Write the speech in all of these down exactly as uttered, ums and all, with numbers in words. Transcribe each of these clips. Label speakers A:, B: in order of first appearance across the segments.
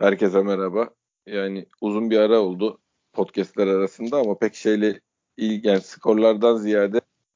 A: Herkese merhaba. Yani uzun bir ara oldu podcastler arasında ama pek şeyle ilgi, yani skorlardan ziyade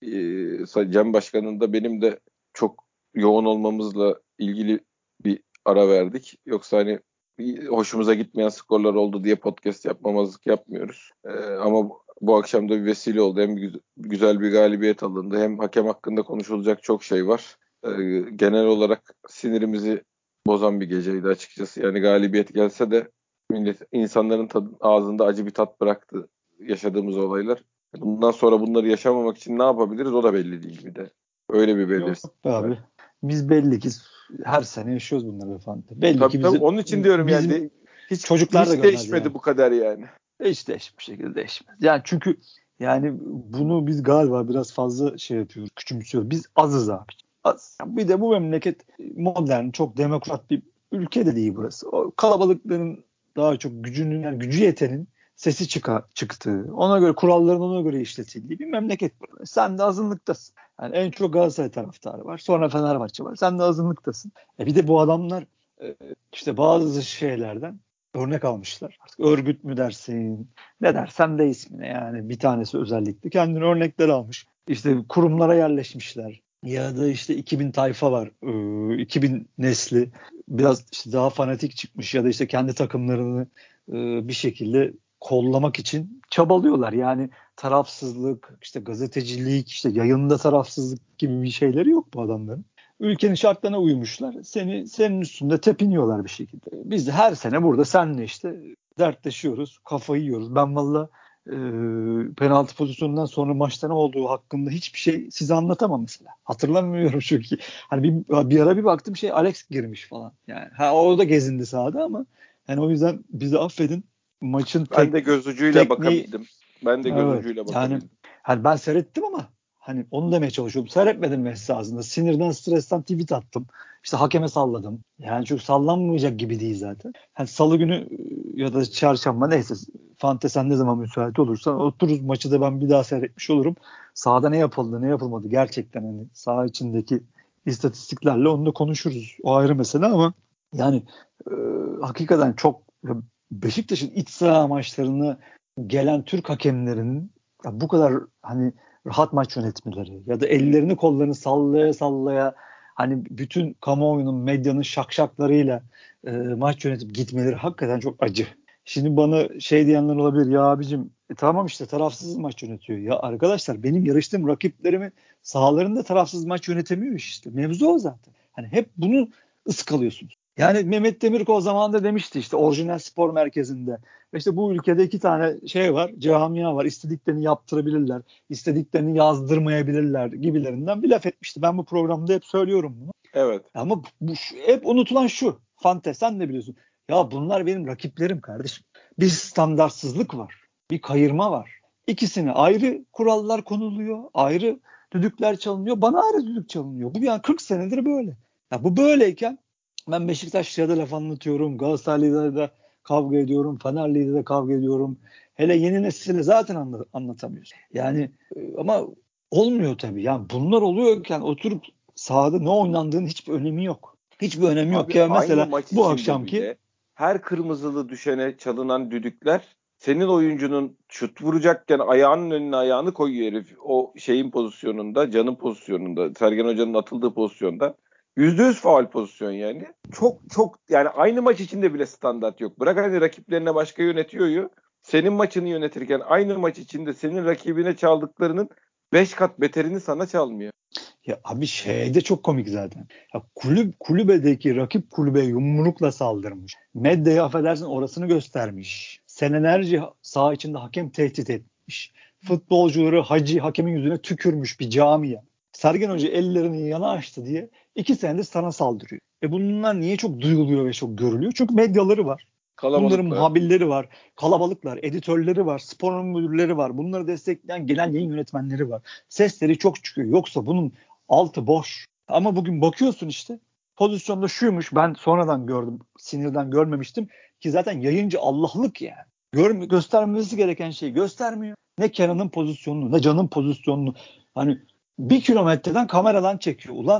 A: e, Cem Başkan'ın da benim de çok yoğun olmamızla ilgili bir ara verdik. Yoksa hani hoşumuza gitmeyen skorlar oldu diye podcast yapmamazlık yapmıyoruz. E, ama bu, bu akşam da bir vesile oldu. Hem güzel, güzel bir galibiyet alındı, hem hakem hakkında konuşulacak çok şey var. E, genel olarak sinirimizi bozan bir geceydi açıkçası. Yani galibiyet gelse de millet, insanların tadı, ağzında acı bir tat bıraktı yaşadığımız olaylar. Bundan sonra bunları yaşamamak için ne yapabiliriz o da belli değil bir de. Öyle bir
B: Yok
A: belirsizlik
B: be
A: var.
B: abi. Biz belli ki her sene yaşıyoruz bunları efendim. Belli
A: Tabii
B: ki
A: tabii
B: bizim
A: onun için diyorum yani
B: bizim
A: de, hiç
B: çocuklar da
A: hiç
B: görmez yani.
A: değişmedi bu kadar yani.
B: Hiç değişmiş şekilde değişmez. Yani çünkü yani bunu biz galiba biraz fazla şey yapıyoruz, küçümsüyoruz. Biz azız abi. Az. Yani bir de bu memleket modern, çok demokrat bir ülke de değil burası. O kalabalıkların daha çok gücünün, yani gücü yetenin sesi çıka, çıktığı, ona göre kuralların ona göre işletildiği bir memleket burası. Sen de azınlıktasın. Yani en çok Galatasaray taraftarı var. Sonra Fenerbahçe var. Sen de azınlıktasın. E bir de bu adamlar e, işte bazı şeylerden örnek almışlar. Artık örgüt mü dersin, ne dersen de ismine, yani bir tanesi özellikle kendine örnekler almış. İşte kurumlara yerleşmişler. Ya da işte iki bin tayfa var. Ee, iki bin nesli biraz işte daha fanatik çıkmış ya da işte kendi takımlarını e, bir şekilde kollamak için çabalıyorlar. Yani tarafsızlık, işte gazetecilik, işte yayında tarafsızlık gibi bir şeyleri yok bu adamların. Ülkenin şartlarına uymuşlar. Seni senin üstünde tepiniyorlar bir şekilde. Biz de her sene burada seninle işte dertleşiyoruz, kafayı yiyoruz. Ben valla e, penaltı pozisyonundan sonra maçta ne olduğu hakkında hiçbir şey size anlatamam mesela. Hatırlamıyorum çünkü. Hani bir, bir ara bir baktım şey Alex girmiş falan. Yani ha o da gezindi sahada ama yani o yüzden bizi affedin. Maçın
A: Ben
B: tek
A: de göz ucuyla
B: tekniği,
A: bakabildim. Ben de göz
B: evet
A: ucuyla
B: yani
A: bakabildim.
B: hani ben seyrettim ama hani onu demeye çalışıyorum. Seyretmedim Messi ağzında. Sinirden, stresten tweet attım. İşte hakeme salladım. Yani çünkü sallanmayacak gibi değil zaten. Hani salı günü ya da çarşamba neyse Fante sen ne zaman müsait olursan otururuz, maçı da ben bir daha seyretmiş olurum. Sahada ne yapıldı ne yapılmadı gerçekten hani saha içindeki istatistiklerle onu da konuşuruz. O ayrı mesele ama yani e, hakikaten çok Beşiktaş'ın iç saha maçlarını gelen Türk hakemlerinin ya bu kadar hani rahat maç yönetmeleri ya da ellerini kollarını sallaya sallaya hani bütün kamuoyunun, medyanın şakşaklarıyla e, maç yönetip gitmeleri hakikaten çok acı. Şimdi bana şey diyenler olabilir ya abicim e, tamam işte tarafsız maç yönetiyor. Ya arkadaşlar benim yarıştığım rakiplerimin sahalarında tarafsız maç yönetemiyor işte. Mevzu o zaten. Hani hep bunu ıskalıyorsunuz. Yani Mehmet Demirkol zamanında demişti işte orijinal spor merkezinde. İşte bu ülkede iki tane şey var, camia var. İstediklerini yaptırabilirler, istediklerini yazdırmayabilirler gibilerinden bir laf etmişti. Ben bu programda hep söylüyorum bunu.
A: Evet.
B: Ama bu hep unutulan şu. Fante sen de biliyorsun. Ya bunlar benim rakiplerim kardeşim. Bir standartsızlık var. Bir kayırma var. İkisine ayrı kurallar konuluyor. Ayrı düdükler çalınıyor. Bana ayrı düdük çalınıyor. Bu yani kırk senedir böyle. Ya bu böyleyken ben Beşiktaşlı'ya da laf anlatıyorum. Galatasaraylı'da da kavga ediyorum. Fenerli'yle de kavga ediyorum. Hele yeni nesile zaten anla, anlatamıyorsun. Yani e, ama olmuyor tabii. Yani bunlar oluyorken oturup sahada ne oynandığının hiçbir önemi yok. Hiçbir önemi yok.
A: Abi
B: Ya
A: aynı
B: mesela
A: maç
B: bu
A: içinde
B: akşamki
A: bile her kırmızılı düşene çalınan düdükler senin oyuncunun şut vuracakken ayağının önüne ayağını koyuyor herif. O şeyin pozisyonunda, Can'ın pozisyonunda, Sergen Hoca'nın atıldığı pozisyonda. Yüzde yüz faul pozisyon yani. Çok çok yani aynı maç içinde bile standart yok. Bırak hani rakiplerine başka yönetiyor. Senin maçını yönetirken aynı maç içinde senin rakibine çaldıklarının beş kat beterini sana çalmıyor.
B: ya abi şey de çok komik zaten. Ya kulüp kulübedeki rakip kulübe yumrukla saldırmış. Medyaya affedersin orasını göstermiş. Senelerce saha içinde hakem tehdit etmiş. Futbolcuları hacı hakemin yüzüne tükürmüş bir camia. Sergen Hoca ellerini yana açtı diye iki senedir sana saldırıyor. E bunlar niye çok duyuluyor ve çok görülüyor? Çünkü medyaları var. Bunların
A: Kalabalıklar.
B: muhabirleri var, kalabalıklar, editörleri var, spor müdürleri var. Bunları destekleyen genel yayın yönetmenleri var. Sesleri çok çıkıyor. Yoksa bunun altı boş. Ama bugün bakıyorsun işte pozisyonda şuymuş. Ben sonradan gördüm. Sinirden görmemiştim. Ki zaten yayıncı Allah'lık yani. Gör, göstermesi gereken şeyi göstermiyor. Ne Kenan'ın pozisyonunu ne Can'ın pozisyonunu. Hani bir kilometreden kameradan çekiyor. Ulan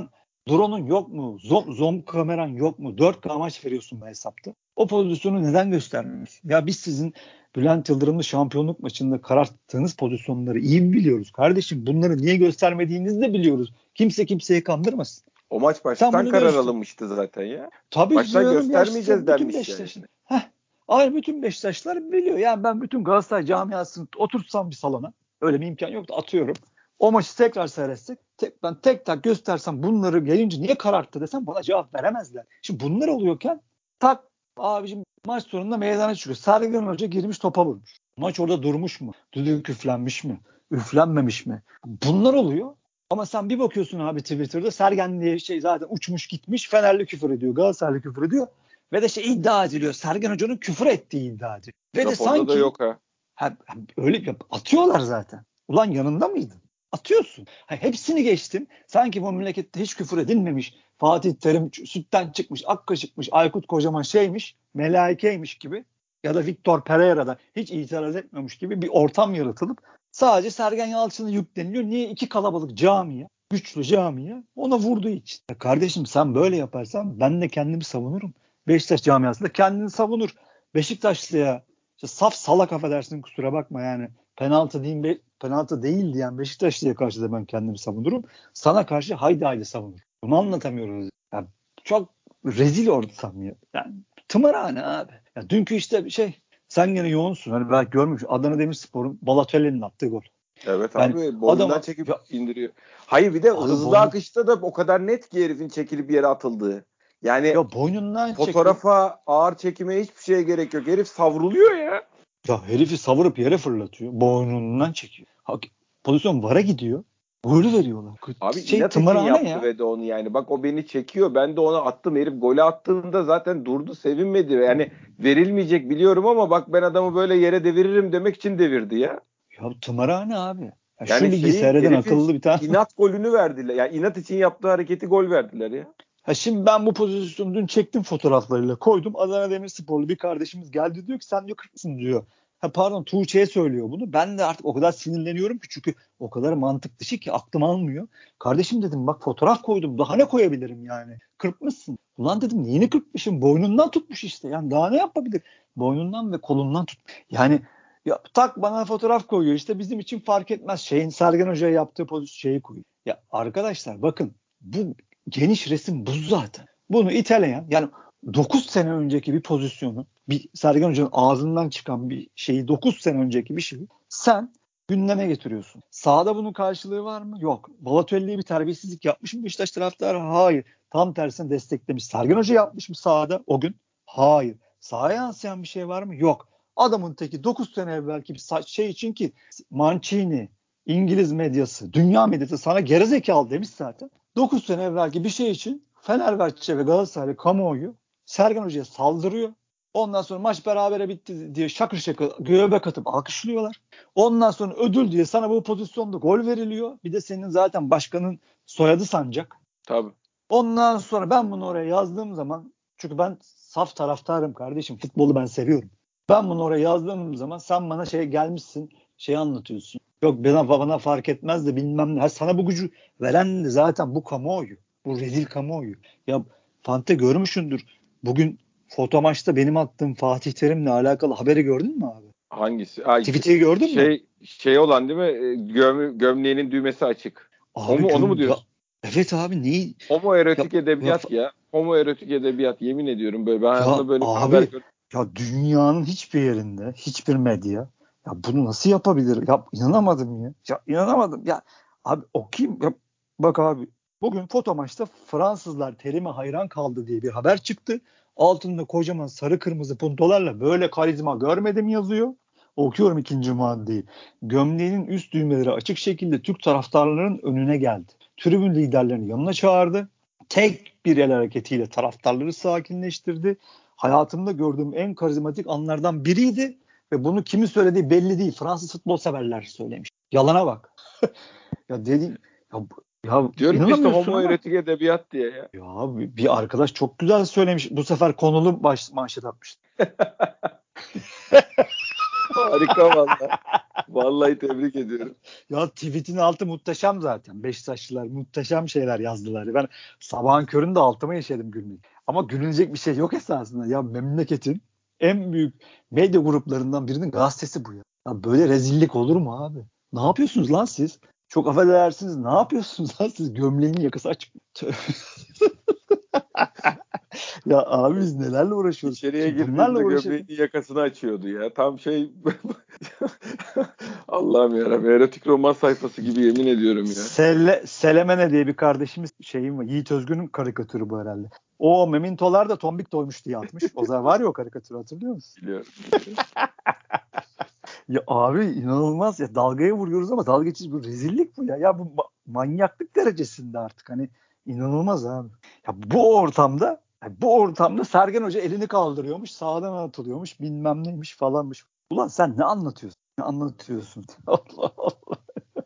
B: Drone'un yok mu? Zoom, zoom kameran yok mu? dört K maç veriyorsun bu hesapta. O pozisyonu neden göstermiyorsun? Ya biz sizin Bülent Yıldırım'lı şampiyonluk maçında kararttığınız pozisyonları iyi mi biliyoruz? Kardeşim bunları niye göstermediğinizi de biliyoruz. Kimse kimseyi kandırmasın.
A: O maç baştan karar göster- alınmıştı zaten ya.
B: Tabii
A: baştan
B: canım,
A: göstermeyeceğiz
B: ya işte bütün
A: denmiş
B: Beşiktaş'ın.
A: yani.
B: Heh. Hayır, bütün Beşiktaşlar biliyor. Yani ben bütün Galatasaray camiasını oturtsam bir salona, öyle bir imkan yoktu, atıyorum. O maçı tekrar seyretsek, tek, ben tek tak göstersem bunları yayıncı niye kararttı desem bana cevap veremezler. Şimdi bunlar oluyorken tak abicim maç sonunda meydana çıkıyor. Sergen Hoca girmiş topa vurmuş. Maç orada durmuş mu? Düdük üflenmiş mi? Üflenmemiş mi? Bunlar oluyor. Ama sen bir bakıyorsun abi Twitter'da Sergen diye şey zaten uçmuş gitmiş, Fenerli küfür ediyor, Galatasaraylı küfür ediyor. Ve de şey iddia ediliyor. Sergen Hoca'nın küfür ettiği iddia ediliyor. Ve
A: Raporda
B: de sanki
A: da yok ha.
B: Ha, öyle atıyorlar zaten. Ulan yanında mıydın? Atıyorsun. Ha, hepsini geçtim. Sanki bu memlekette hiç küfür edilmemiş. Fatih Terim sütten çıkmış, ak kaşıkmış, Aykut Kocaman şeymiş, melaikeymiş gibi ya da Victor Pereira'da hiç itiraz etmemiş gibi bir ortam yaratılıp sadece Sergen Yalçın'a yükleniliyor. Niye? İki kalabalık camiye, güçlü camiye ona vurduğu için. Ya kardeşim sen böyle yaparsan ben de kendimi savunurum. Beşiktaş camiasında kendini savunur. Beşiktaşlıya İşte saf salak, affedersin, kusura bakma yani. Penaltı değil, be, penaltı değil diyen Beşiktaşlı'ya karşı da ben kendimi savunurum. Sana karşı haydi haydi savunurum. Bunu anlatamıyoruz. Yani çok rezil ortam ya. Yani tımarhane abi. Ya dünkü işte bir şey, sen gene yoğunsun. Hani belki görmüş Adana Demirspor'un Balotelli'nin attığı gol.
A: Evet
B: Yani
A: abi boynundan
B: adama,
A: çekip
B: ya,
A: indiriyor. Hayır bir de hızlı
B: boynu,
A: akışta da o kadar net ki herifin çekilip yere atıldığı. Yani
B: ya boynundan çekiyor.
A: fotoğrafa, ağır çekime hiçbir şeye gerek yok. Herif savruluyor ya.
B: Ya herifi savurup yere fırlatıyor. Boynundan çekiyor. Ha, pozisyon vara gidiyor. Golü veriyorlar.
A: Abi
B: Şey
A: inat için
B: tımarhane
A: yaptı
B: ya.
A: ve de onu yani. Bak o beni çekiyor. Ben de ona attım. Herif golü attığında zaten durdu, sevinmedi. Yani verilmeyecek biliyorum ama bak ben adamı böyle yere deviririm demek için devirdi ya.
B: Ya tımarhane abi. Ya şu
A: Yani
B: ligi
A: şeyin
B: seyreden
A: herifin
B: akıllı bir tane.
A: inat golünü verdiler. Yani inat için yaptığı hareketi gol verdiler ya.
B: Ha şimdi ben bu pozisyonu dün çektim, fotoğraflarıyla koydum. Adana Demirsporlu bir kardeşimiz geldi, diyor ki sen diyor kırksın diyor. Ha pardon, Tuğçe'ye söylüyor bunu. Ben de artık o kadar sinirleniyorum ki çünkü o kadar mantık dışı ki aklım almıyor. Kardeşim dedim, bak fotoğraf koydum. Daha ne koyabilirim yani? Kırpmışsın. Ulan dedim neyini kırpmışım? Boynundan tutmuş işte. Yani daha ne yapabilir? Boynundan ve kolundan tut. Yani ya tak bana fotoğraf koyuyor. İşte bizim için fark etmez. Şeyin Sergen Hoca'ya yaptığı pozisyon şeyi koyuyor. Ya arkadaşlar bakın, bu geniş resim bu zaten. Bunu iteleyen, yani dokuz sene önceki bir pozisyonu, bir Sergen Hoca'nın ağzından çıkan bir şeyi, dokuz sene önceki bir şeyi sen gündeme getiriyorsun. Sahada bunun karşılığı var mı? Yok. Balotelli'ye bir terbiyesizlik yapmış mı Beşiktaş taraftarı? Hayır. Tam tersine desteklemiş. Sergen Hoca yapmış mı sahada o gün? Hayır. Sahaya yansıyan bir şey var mı? Yok. Adamın teki dokuz sene evvelki bir şey için ki Mancini, İngiliz medyası, dünya medyası sana gerizekalı demiş zaten. dokuz sene evvelki bir şey için Fenerbahçe ve Galatasaray kamuoyu Sergen Hoca'ya saldırıyor. Ondan sonra maç berabere bitti diye şakır şakır göbek atıp alkışlıyorlar. Ondan sonra ödül diye sana bu pozisyonda gol veriliyor. Bir de senin zaten başkanın soyadı Sancak.
A: Tabii.
B: Ondan sonra ben bunu oraya yazdığım zaman, çünkü ben saf taraftarım kardeşim, futbolu ben seviyorum. Ben bunu oraya yazdığım zaman sen bana şey gelmişsin, şey anlatıyorsun. Yok bana, bana fark etmez de bilmem ne. Ha, sana bu gücü veren de zaten bu kamuoyu. Bu rezil kamuoyu. Ya Fante görmüşsündür. Bugün foto maçta benim attığım Fatih Terim'le alakalı haberi gördün mü abi?
A: Hangisi? Ay,
B: Tweet'i gördün mü?
A: şey şey olan değil mi? Göm, gömleğinin düğmesi açık.
B: Abi
A: O mu, onu mu
B: göm, ya,
A: diyorsun?
B: evet abi neyi?
A: Homoerotik
B: Ya, ya,
A: edebiyat ya. Homoerotik edebiyat yemin ediyorum böyle. Ben
B: ya
A: hayatımda böyle bir haber
B: abi,
A: gördüm.
B: ya dünyanın hiçbir yerinde, hiçbir medya ya bunu nasıl yapabilir? Ya inanamadım ya. Ya inanamadım. Ya abi okuyayım. Ya, bak abi, bugün foto maçta Fransızlar Terim'e hayran kaldı diye bir haber çıktı. Altında kocaman sarı kırmızı puntolarla böyle karizma görmedim yazıyor. Okuyorum ikinci maddeyi. Gömleğinin üst düğmeleri açık şekilde Türk taraftarlarının önüne geldi. Tribün liderlerini yanına çağırdı. Tek bir el hareketiyle taraftarları sakinleştirdi. Hayatımda gördüğüm en karizmatik anlardan biriydi ve bunu kimin söylediği belli değil. Fransız futbol severler söylemiş. Yalana bak. Ya dediğim ya, ya
A: Diyorum ki işte
B: inanamıyorsun ama
A: homoerotik edebiyat diye ya.
B: ya bir arkadaş çok güzel söylemiş. Bu sefer konulu baş, manşet atmış.
A: Harika valla. Vallahi tebrik ediyorum.
B: Ya tweetin altı muhteşem zaten. Beşiktaşlılar muhteşem şeyler yazdılar. Ben sabahın köründe altıma yaşadım gülmeyi. Ama gülünecek bir şey yok esasında. Ya memleketin en büyük medya gruplarından birinin gazetesi bu ya. Ya böyle rezillik olur mu abi? Ne yapıyorsunuz lan siz? Çok affedersiniz. Ne yapıyorsunuz lan siz? Gömleğinin yakası açık. Ya abi biz nelerle uğraşıyoruz?
A: İçeriye
B: Şimdi bunlarla
A: girdiğinde
B: uğraşırken
A: gömleğinin yakasını açıyordu ya. Tam şey Allah'ım yarabbim. Erotik roman sayfası gibi yemin ediyorum ya.
B: Selle, Selemene diye bir kardeşimiz şeyim var. Yiğit Özgün'ün karikatürü bu herhalde. O memintolar da tombik doymuş diye atmış. O zaman var ya o karikatürü hatırlıyor musun?
A: Biliyorum.
B: Ya abi inanılmaz ya dalgaya vuruyoruz ama dalga geçiş bu rezillik bu ya. Ya bu ma- manyaklık derecesinde artık hani inanılmaz abi. Ya bu ortamda yani bu ortamda Sergen Hoca elini kaldırıyormuş sağdan atılıyormuş bilmem neymiş falanmış. Ulan sen ne anlatıyorsun? Ne anlatıyorsun? Allah Allah.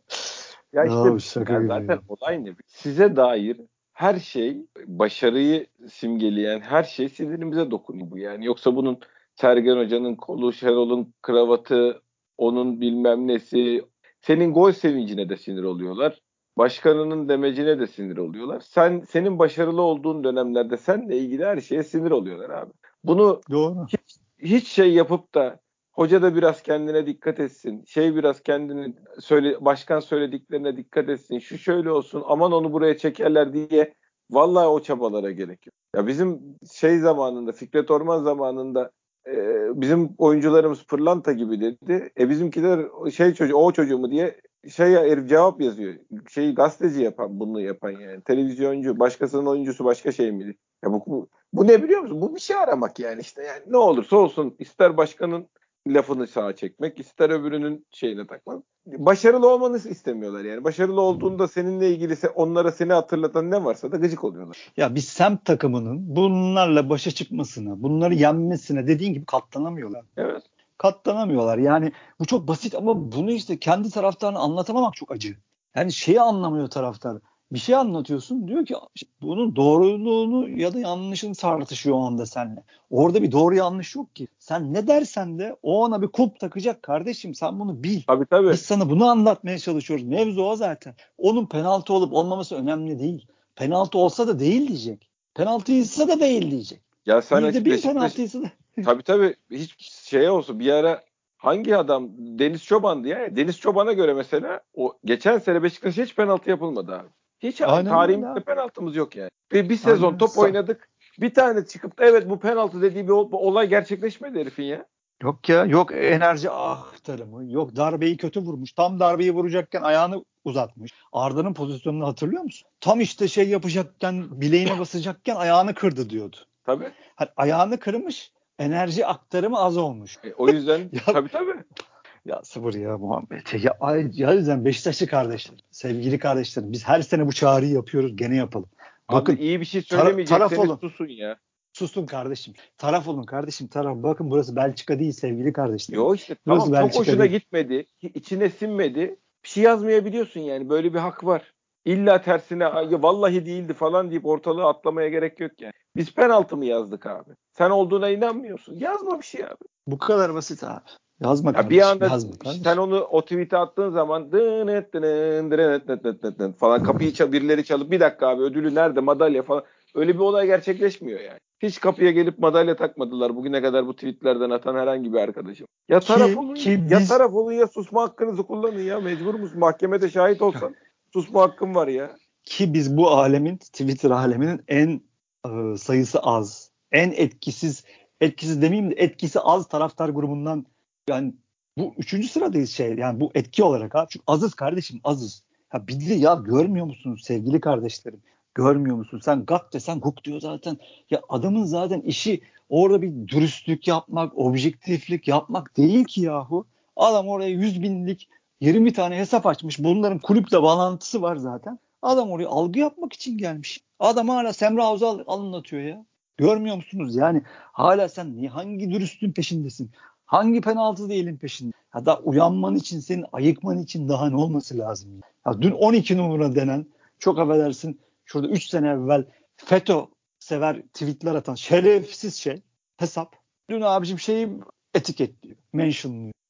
A: Ya işte
B: Ya şaka
A: ya
B: gibi
A: zaten
B: ya.
A: olay ne? Size dair her şey, başarıyı simgeleyen her şey sinirimize dokunuyor bu yani. Yoksa bunun Sergen Hoca'nın kolu, Şenol'un kravatı, onun bilmem nesi, senin gol sevincine de sinir oluyorlar. Başkanının demecine de sinir oluyorlar. Sen senin başarılı olduğun dönemlerde seninle ilgili her şeye sinir oluyorlar abi. Bunu
B: Doğru.
A: hiç, hiç şey yapıp da hoca da biraz kendine dikkat etsin. Şey biraz kendini söyle başkan söylediklerine dikkat etsin. Şu şöyle olsun. Aman onu buraya çekerler diye vallahi o çabalara gerek yok. Ya bizim şey zamanında Fikret Orman zamanında e, bizim oyuncularımız pırlanta gibi dedi. E bizimkiler şey çocuğu o çocuğu mu diye şey herif cevap yazıyor. Şey gazeteci yapan bunu yapan yani. Televizyoncu başkasının oyuncusu başka şey miydi? Ya bu, bu bu ne biliyor musun? Bu bir şey aramak yani işte yani ne olursa olsun ister başkanın lafını sağa çekmek, ister öbürünün şeyine takmak. Başarılı olmanı istemiyorlar yani. Başarılı olduğunda seninle ilgili onlara seni hatırlatan ne varsa da gıcık oluyorlar.
B: Ya bir semt takımının bunlarla başa çıkmasına, bunları yenmesine dediğin gibi katlanamıyorlar.
A: Evet.
B: Katlanamıyorlar. Yani bu çok basit ama bunu işte kendi taraftarına anlatamamak çok acı. Yani şeyi anlamıyor taraftar. Bir şey anlatıyorsun diyor ki bunun doğruluğunu ya da yanlışını tartışıyor o anda seninle. Orada bir doğru yanlış yok ki. Sen ne dersen de o ona bir kulp takacak kardeşim sen bunu bil.
A: Tabii tabii.
B: Biz sana bunu anlatmaya çalışıyoruz. Mevzu o zaten. Onun penaltı olup olmaması önemli değil. Penaltı olsa da değil diyecek. Penaltıysa da değil diyecek.
A: Ya sen
B: Yüzde bir
A: Beşiktaş
B: penaltıysa da.
A: tabii tabii hiç şey olsun bir ara hangi adam Deniz Çoban'dı ya? Deniz Çoban'a göre mesela o geçen sene Beşiktaş'a hiç penaltı yapılmadı abi. Hiç abi,
B: Aynen öyle
A: tarihimizde
B: abi.
A: penaltımız yok yani. Bir, bir sezon
B: Aynen.
A: top
B: Sa-
A: oynadık. Bir tane çıkıp da evet bu penaltı dediği bir olay gerçekleşmedi herifin ya.
B: Yok ya yok enerji aktarımı yok darbeyi kötü vurmuş tam darbeyi vuracakken ayağını uzatmış. Arda'nın pozisyonunu hatırlıyor musun? Tam işte şey yapacakken bileğine basacakken ayağını kırdı diyordu.
A: Tabii.
B: Hani ayağını kırmış enerji aktarımı az olmuş.
A: E, o yüzden
B: Ya,
A: tabii tabii.
B: ya sıfır ya Muhammed. Ya, ay, ya yüzden Beşiktaşlı kardeşlerim, sevgili kardeşlerim biz her sene bu çağrıyı yapıyoruz gene yapalım.
A: Abi
B: Bakın
A: iyi bir şey
B: tar- taraf
A: söylemeyecekseniz
B: olun.
A: susun ya.
B: Susun kardeşim. Taraf olun kardeşim taraf. Bakın burası Belçika değil sevgili kardeşlerim.
A: Yo işte tamam
B: Burası
A: çok
B: Belçika
A: hoşuna
B: değil.
A: gitmedi. içine sinmedi. Bir şey yazmayabiliyorsun yani. Böyle bir hak var. İlla tersine ya vallahi değildi falan deyip ortalığı atlamaya gerek yok yani. Biz penaltı mı yazdık abi? Sen olduğuna inanmıyorsun. Yazma bir şey abi.
B: Bu kadar basit abi. Yazma
A: Ya bir
B: kardeşim
A: anda
B: yazma
A: sen
B: kardeşim.
A: onu o tweet'e attığın zaman dınıt dınıt dınıt dınıt dınıt dınıt dınıt falan kapıyı çal, birileri çalıp bir dakika abi ödülü nerede madalya falan öyle bir olay gerçekleşmiyor yani. Hiç kapıya gelip madalya takmadılar bugüne kadar bu tweetlerden atan herhangi bir arkadaşım. Ya taraf
B: Ki
A: olun
B: ki
A: ya
B: biz
A: taraf olun ya susma hakkınızı kullanın ya mecbur musun? Mahkemede şahit olsan susma hakkın var ya.
B: ki biz bu alemin Twitter aleminin en e, sayısı az, en etkisiz etkisiz demeyeyim de etkisi az taraftar grubundan yani bu üçüncü sıradayız şey yani bu etki olarak abi. Çünkü azız kardeşim azız. Ha bir de ya görmüyor musunuz sevgili kardeşlerim? Görmüyor musun? Sen gak desen guk diyor zaten. Ya adamın zaten işi orada bir dürüstlük yapmak, objektiflik yapmak değil ki yahu. Adam oraya yüz binlik yirmi tane hesap açmış. Bunların kulüple bağlantısı var zaten. Adam oraya algı yapmak için gelmiş. Adam hala Semra Özal anlatıyor ya. Görmüyor musunuz? Yani hala sen niye, hangi dürüstlüğün peşindesin? Hangi penaltı değilin peşinde? Hatta uyanman için, senin ayıkman için daha ne olması lazım? Ya, ya dün on iki numara denen, çok affedersin, şurada üç sene evvel FETÖ sever tweetler atan şerefsiz şey, hesap. Dün abicim şeyi etiketliyor, mentionlıyor.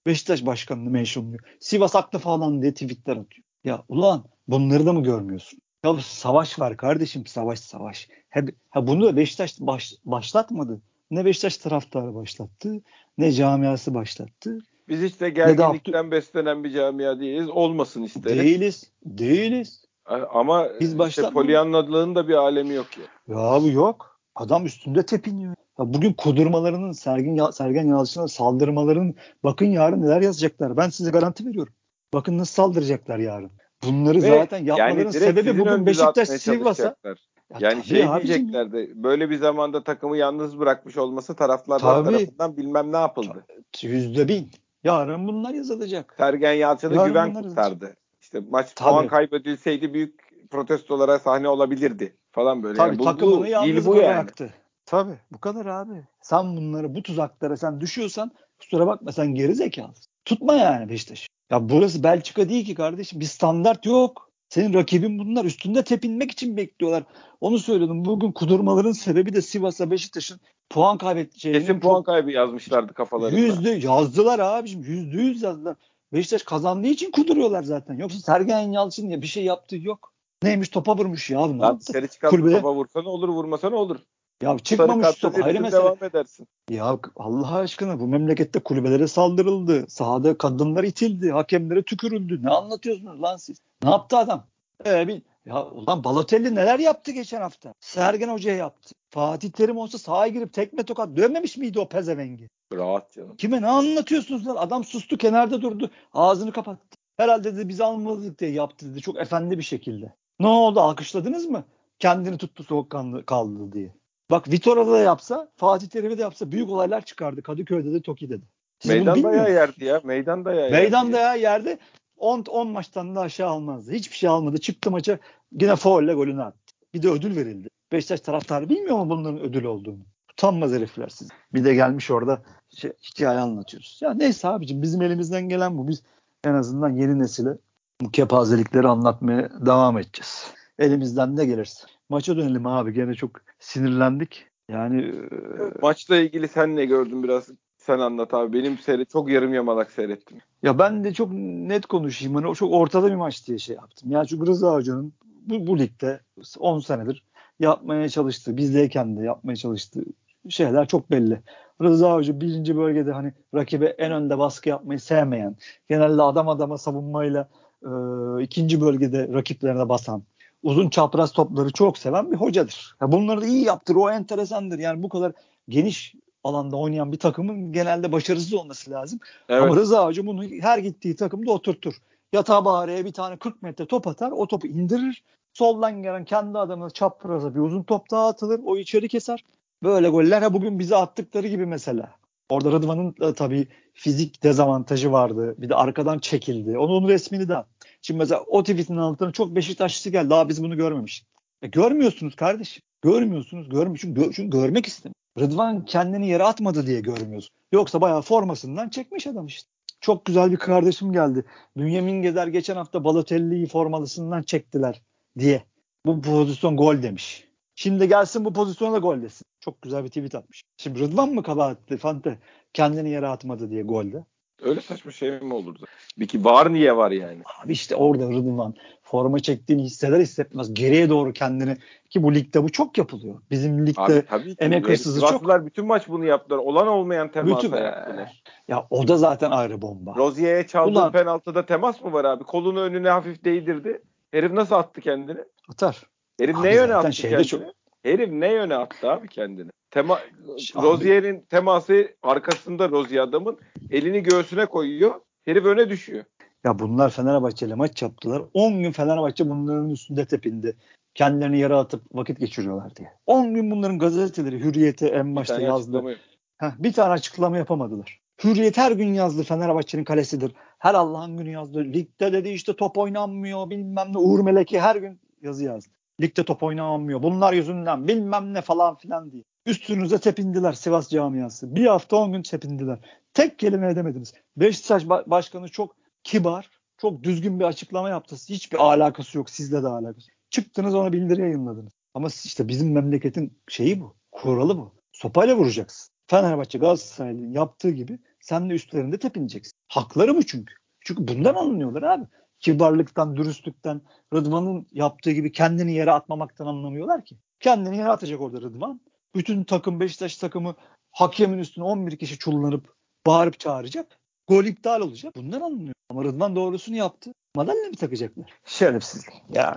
B: Beşiktaş başkanını mentionluyor. Sivas haklı falan diye tweetler atıyor. Ya ulan bunları da mı görmüyorsun? Ya savaş var kardeşim, savaş savaş. He, ha bunu da Beşiktaş baş, başlatmadı. Ne Beşiktaş taraftarı başlattı, ne camiası başlattı,
A: Biz hiç de
B: ne de Abdü
A: gerginlikten beslenen bir camia değiliz. Olmasın isteriz.
B: değiliz, değiliz.
A: Ama
B: Biz
A: işte
B: başlatmadık.
A: polyanladığının da bir alemi yok ya.
B: Ya bu yok. Adam üstünde tepiniyor. Ya bugün kudurmalarının, Sergen, Ya- Sergen Yalçın'a saldırmalarının bakın yarın neler yazacaklar. Ben size garanti veriyorum. Bakın nasıl saldıracaklar yarın. Bunları
A: Ve
B: zaten
A: yani
B: yapmaların
A: direkt
B: sebebi
A: sizin
B: bugün
A: önünüze
B: Beşiktaş
A: atmaya
B: Sivas'a.
A: çalışacaklar.
B: Ya
A: Yani
B: tabii
A: şey
B: abicim ya.
A: diyeceklerdi. Böyle bir zamanda takımı yalnız bırakmış olması taraftarlar
B: Tabii.
A: tarafından bilmem ne yapıldı.
B: Ta- Yüzde bin. Yarın bunlar yazılacak.
A: Sergen Yalçın'ı
B: Yarın
A: güven
B: bunlar yazılacak.
A: kurtardı. İşte maç puan
B: Tabii.
A: kaybedilseydi büyük protestolara sahne olabilirdi falan böyle. Yani
B: Tabii
A: bu,
B: takımını
A: bu değil
B: yalnız
A: bu yani.
B: bıraktı. Tabii bu kadar abi. Sen bunları bu tuzaklara sen düşüyorsan kusura bakma sen geri zekalısın. Tutma yani Beşiktaş. Ya burası Belçika değil ki kardeşim. Bir standart yok. Senin rakibin bunlar. Üstünde tepinmek için bekliyorlar. Onu söyledim. Bugün kudurmaların sebebi de Sivas'a Beşiktaş'ın puan
A: Kesin
B: kaybedeceğinin
A: puan
B: çok
A: kaybı yazmışlardı kafalarında.
B: yüzde yazdılar abicim. Yüzde yüz yazdılar. Beşiktaş kazandığı için kuduruyorlar zaten. Yoksa Sergen Yalçın ya bir şey yaptığı yok. Neymiş topa vurmuş ya. Ne
A: Ya
B: yaptı?
A: dışarı çıkan
B: Kulübeye
A: topa vursa ne olur, vurmasa ne olur.
B: ya
A: Sarı
B: çıkmamış
A: kartla
B: top ayrı
A: verirsin,
B: mesele.
A: devam edersin.
B: Ya Allah aşkına bu memlekette kulübelere saldırıldı. Sahada kadınlar itildi. Hakemlere tükürüldü. Ne anlatıyorsunuz lan siz? Ne yaptı adam? Ee, bir, ya ulan Balotelli neler yaptı geçen hafta? Sergen Hoca'ya yaptı. Fatih Terim olsa sahaya girip tekme tokat dövmemiş miydi o pezevengi?
A: Rahat canım.
B: Kime ne anlatıyorsunuz lan? Adam sustu kenarda durdu. Ağzını kapattı. Herhalde dedi biz almadık diye yaptı dedi. Çok efendi bir şekilde. Ne oldu alkışladınız mı? Kendini tuttu soğukkanlı kaldı diye. Bak Vitora'da da yapsa, Fatih Terim'e de yapsa büyük olaylar çıkardı. Kadıköy'de de Toki'de de. Siz bunu
A: Meydan
B: bilmiyor
A: dayağı
B: musunuz?
A: yerdi ya. Meydan dayağı yerdi ya.
B: Meydanda ya yerde on on maçtan da aşağı almazdı. Hiçbir şey almadı. Çıktı maça yine faulle golünü attı. Bir de ödül verildi. Beşiktaş taraftarı bilmiyor mu bunların ödül olduğunu? Utanmaz herifler siz. Bir de gelmiş orada şey, hikaye anlatıyoruz. Ya neyse abicim bizim elimizden gelen bu. Biz en azından yeni nesile bu kepazelikleri anlatmaya devam edeceğiz. Elimizden ne gelirse. Maça dönelim abi. Gene çok sinirlendik. Yani e,
A: Maçla ilgili sen ne gördün, biraz sen anlat abi. Benim seyret çok yarım yamalak seyrettim.
B: ya ben de çok net konuşayım. Hani o çok ortada bir maç diye şey yaptım. Ya çünkü Rıza Hoca'nın bu, bu ligde on senedir yapmaya çalıştığı, bizdeyken de yapmaya çalıştığı şeyler çok belli. Rıza Hoca birinci bölgede hani rakibe en önde baskı yapmayı sevmeyen, genelde adam adama savunmayla e, ikinci bölgede rakiplerine basan, uzun çapraz topları çok seven bir hocadır. Ya bunları da iyi yaptır, o enteresandır. Yani bu kadar geniş alanda oynayan bir takımın genelde başarısız olması lazım. Ama
A: Evet.
B: Rıza Hoca bunu her gittiği takımda oturtur. Yatağa bağıraya bir tane kırk metre top atar, o topu indirir. Soldan gelen kendi adamına çapraza bir uzun top daha atılır, o içeri keser. Böyle goller ha bugün bize attıkları gibi mesela. Orada Rıdvan'ın da tabii fizik dezavantajı vardı. Bir de arkadan çekildi. Onun, onun resmini de. Şimdi mesela o tweetin altına çok Beşiktaşlısı geldi. Daha biz bunu görmemiştik. E görmüyorsunuz kardeşim. Görmüyorsunuz. Görmüş, çünkü, çünkü görmek istemiyor. Rıdvan kendini yere atmadı diye görmüyoruz. Yoksa bayağı formasından çekmiş adam işte. Çok güzel bir kardeşim geldi. Bünyamin Gezer geçen hafta Balotelli'yi formalısından çektiler diye. Bu pozisyon gol demiş. Şimdi gelsin bu pozisyona da gol desin. Çok güzel bir tweet atmış. Şimdi Rıdvan mı kabahatli Fante kendini yere atmadı diye golde?
A: Öyle saçma şey mi olur zaten? Bir ki var, niye var yani?
B: Abi işte orada Rıdvan forma çektiğini hisseder hissetmez geriye doğru kendini, ki bu ligde bu çok yapılıyor. Bizim
A: Abi
B: ligde
A: tabii ki.
B: emek
A: Yani
B: hırsızı çok.
A: Sivaslılar bütün maç bunu yaptılar. Olan olmayan
B: Bütün
A: temasa
B: ee,
A: yaptılar.
B: ya o da zaten ayrı bomba.
A: Rozier'e çaldığı
B: Ulan
A: penaltıda temas mı var abi? Kolunu önüne hafif değdirdi. Herif nasıl attı kendini?
B: atar.
A: Herif ne
B: Abi
A: yöne
B: zaten
A: attı
B: şeyde çok
A: kendini? Herif ne yöne attı abi kendini? Tema
B: abi
A: Rozier'in teması arkasında, Rozier adamın elini göğsüne koyuyor. Herif öne düşüyor.
B: ya bunlar Fenerbahçe'yle maç yaptılar. on gün Fenerbahçe bunların üstünde tepindi. Kendilerini yere atıp vakit geçiriyorlar diye. on gün bunların gazeteleri Hürriyet'e en
A: Bir
B: başta
A: tane
B: yazdı.
A: açıklama yok.
B: Heh, bir tane açıklama yapamadılar. Hürriyet her gün yazdı Fenerbahçe'nin kalesidir. Her Allah'ın günü yazdı. Ligde dedi işte top oynanmıyor bilmem ne. Uğur Meleki her gün yazı yazdı. Ligde top oynanmıyor. Bunlar yüzünden bilmem ne falan filan diye. Üstünüze tepindiler Sivas camiası. Bir hafta on gün tepindiler. Tek kelime edemediniz. Beşiktaş başkanı çok kibar, çok düzgün bir açıklama yaptı. Hiçbir alakası yok. Sizle de alakası. Çıktınız ona bildiri yayınladınız. Ama işte bizim memleketin şeyi bu. Kuralı bu. Sopayla vuracaksın. Fenerbahçe Galatasaray'ın yaptığı gibi Sen de üstlerinde tepineceksin. Hakları bu çünkü. Çünkü bundan anlıyorlar abi. Kibarlıktan, dürüstlükten, Rıdvan'ın yaptığı gibi kendini yere atmamaktan anlamıyorlar ki. Kendini yere atacak orada Rıdvan. Bütün takım, Beşiktaş takımı hakemin üstüne on bir kişi çullanıp bağırıp çağıracak. Gol iptal olacak. Bundan anlıyor. Ama Rıdvan doğrusunu yaptı. Madalya mı takacaklar? Şerefsizlik. Ya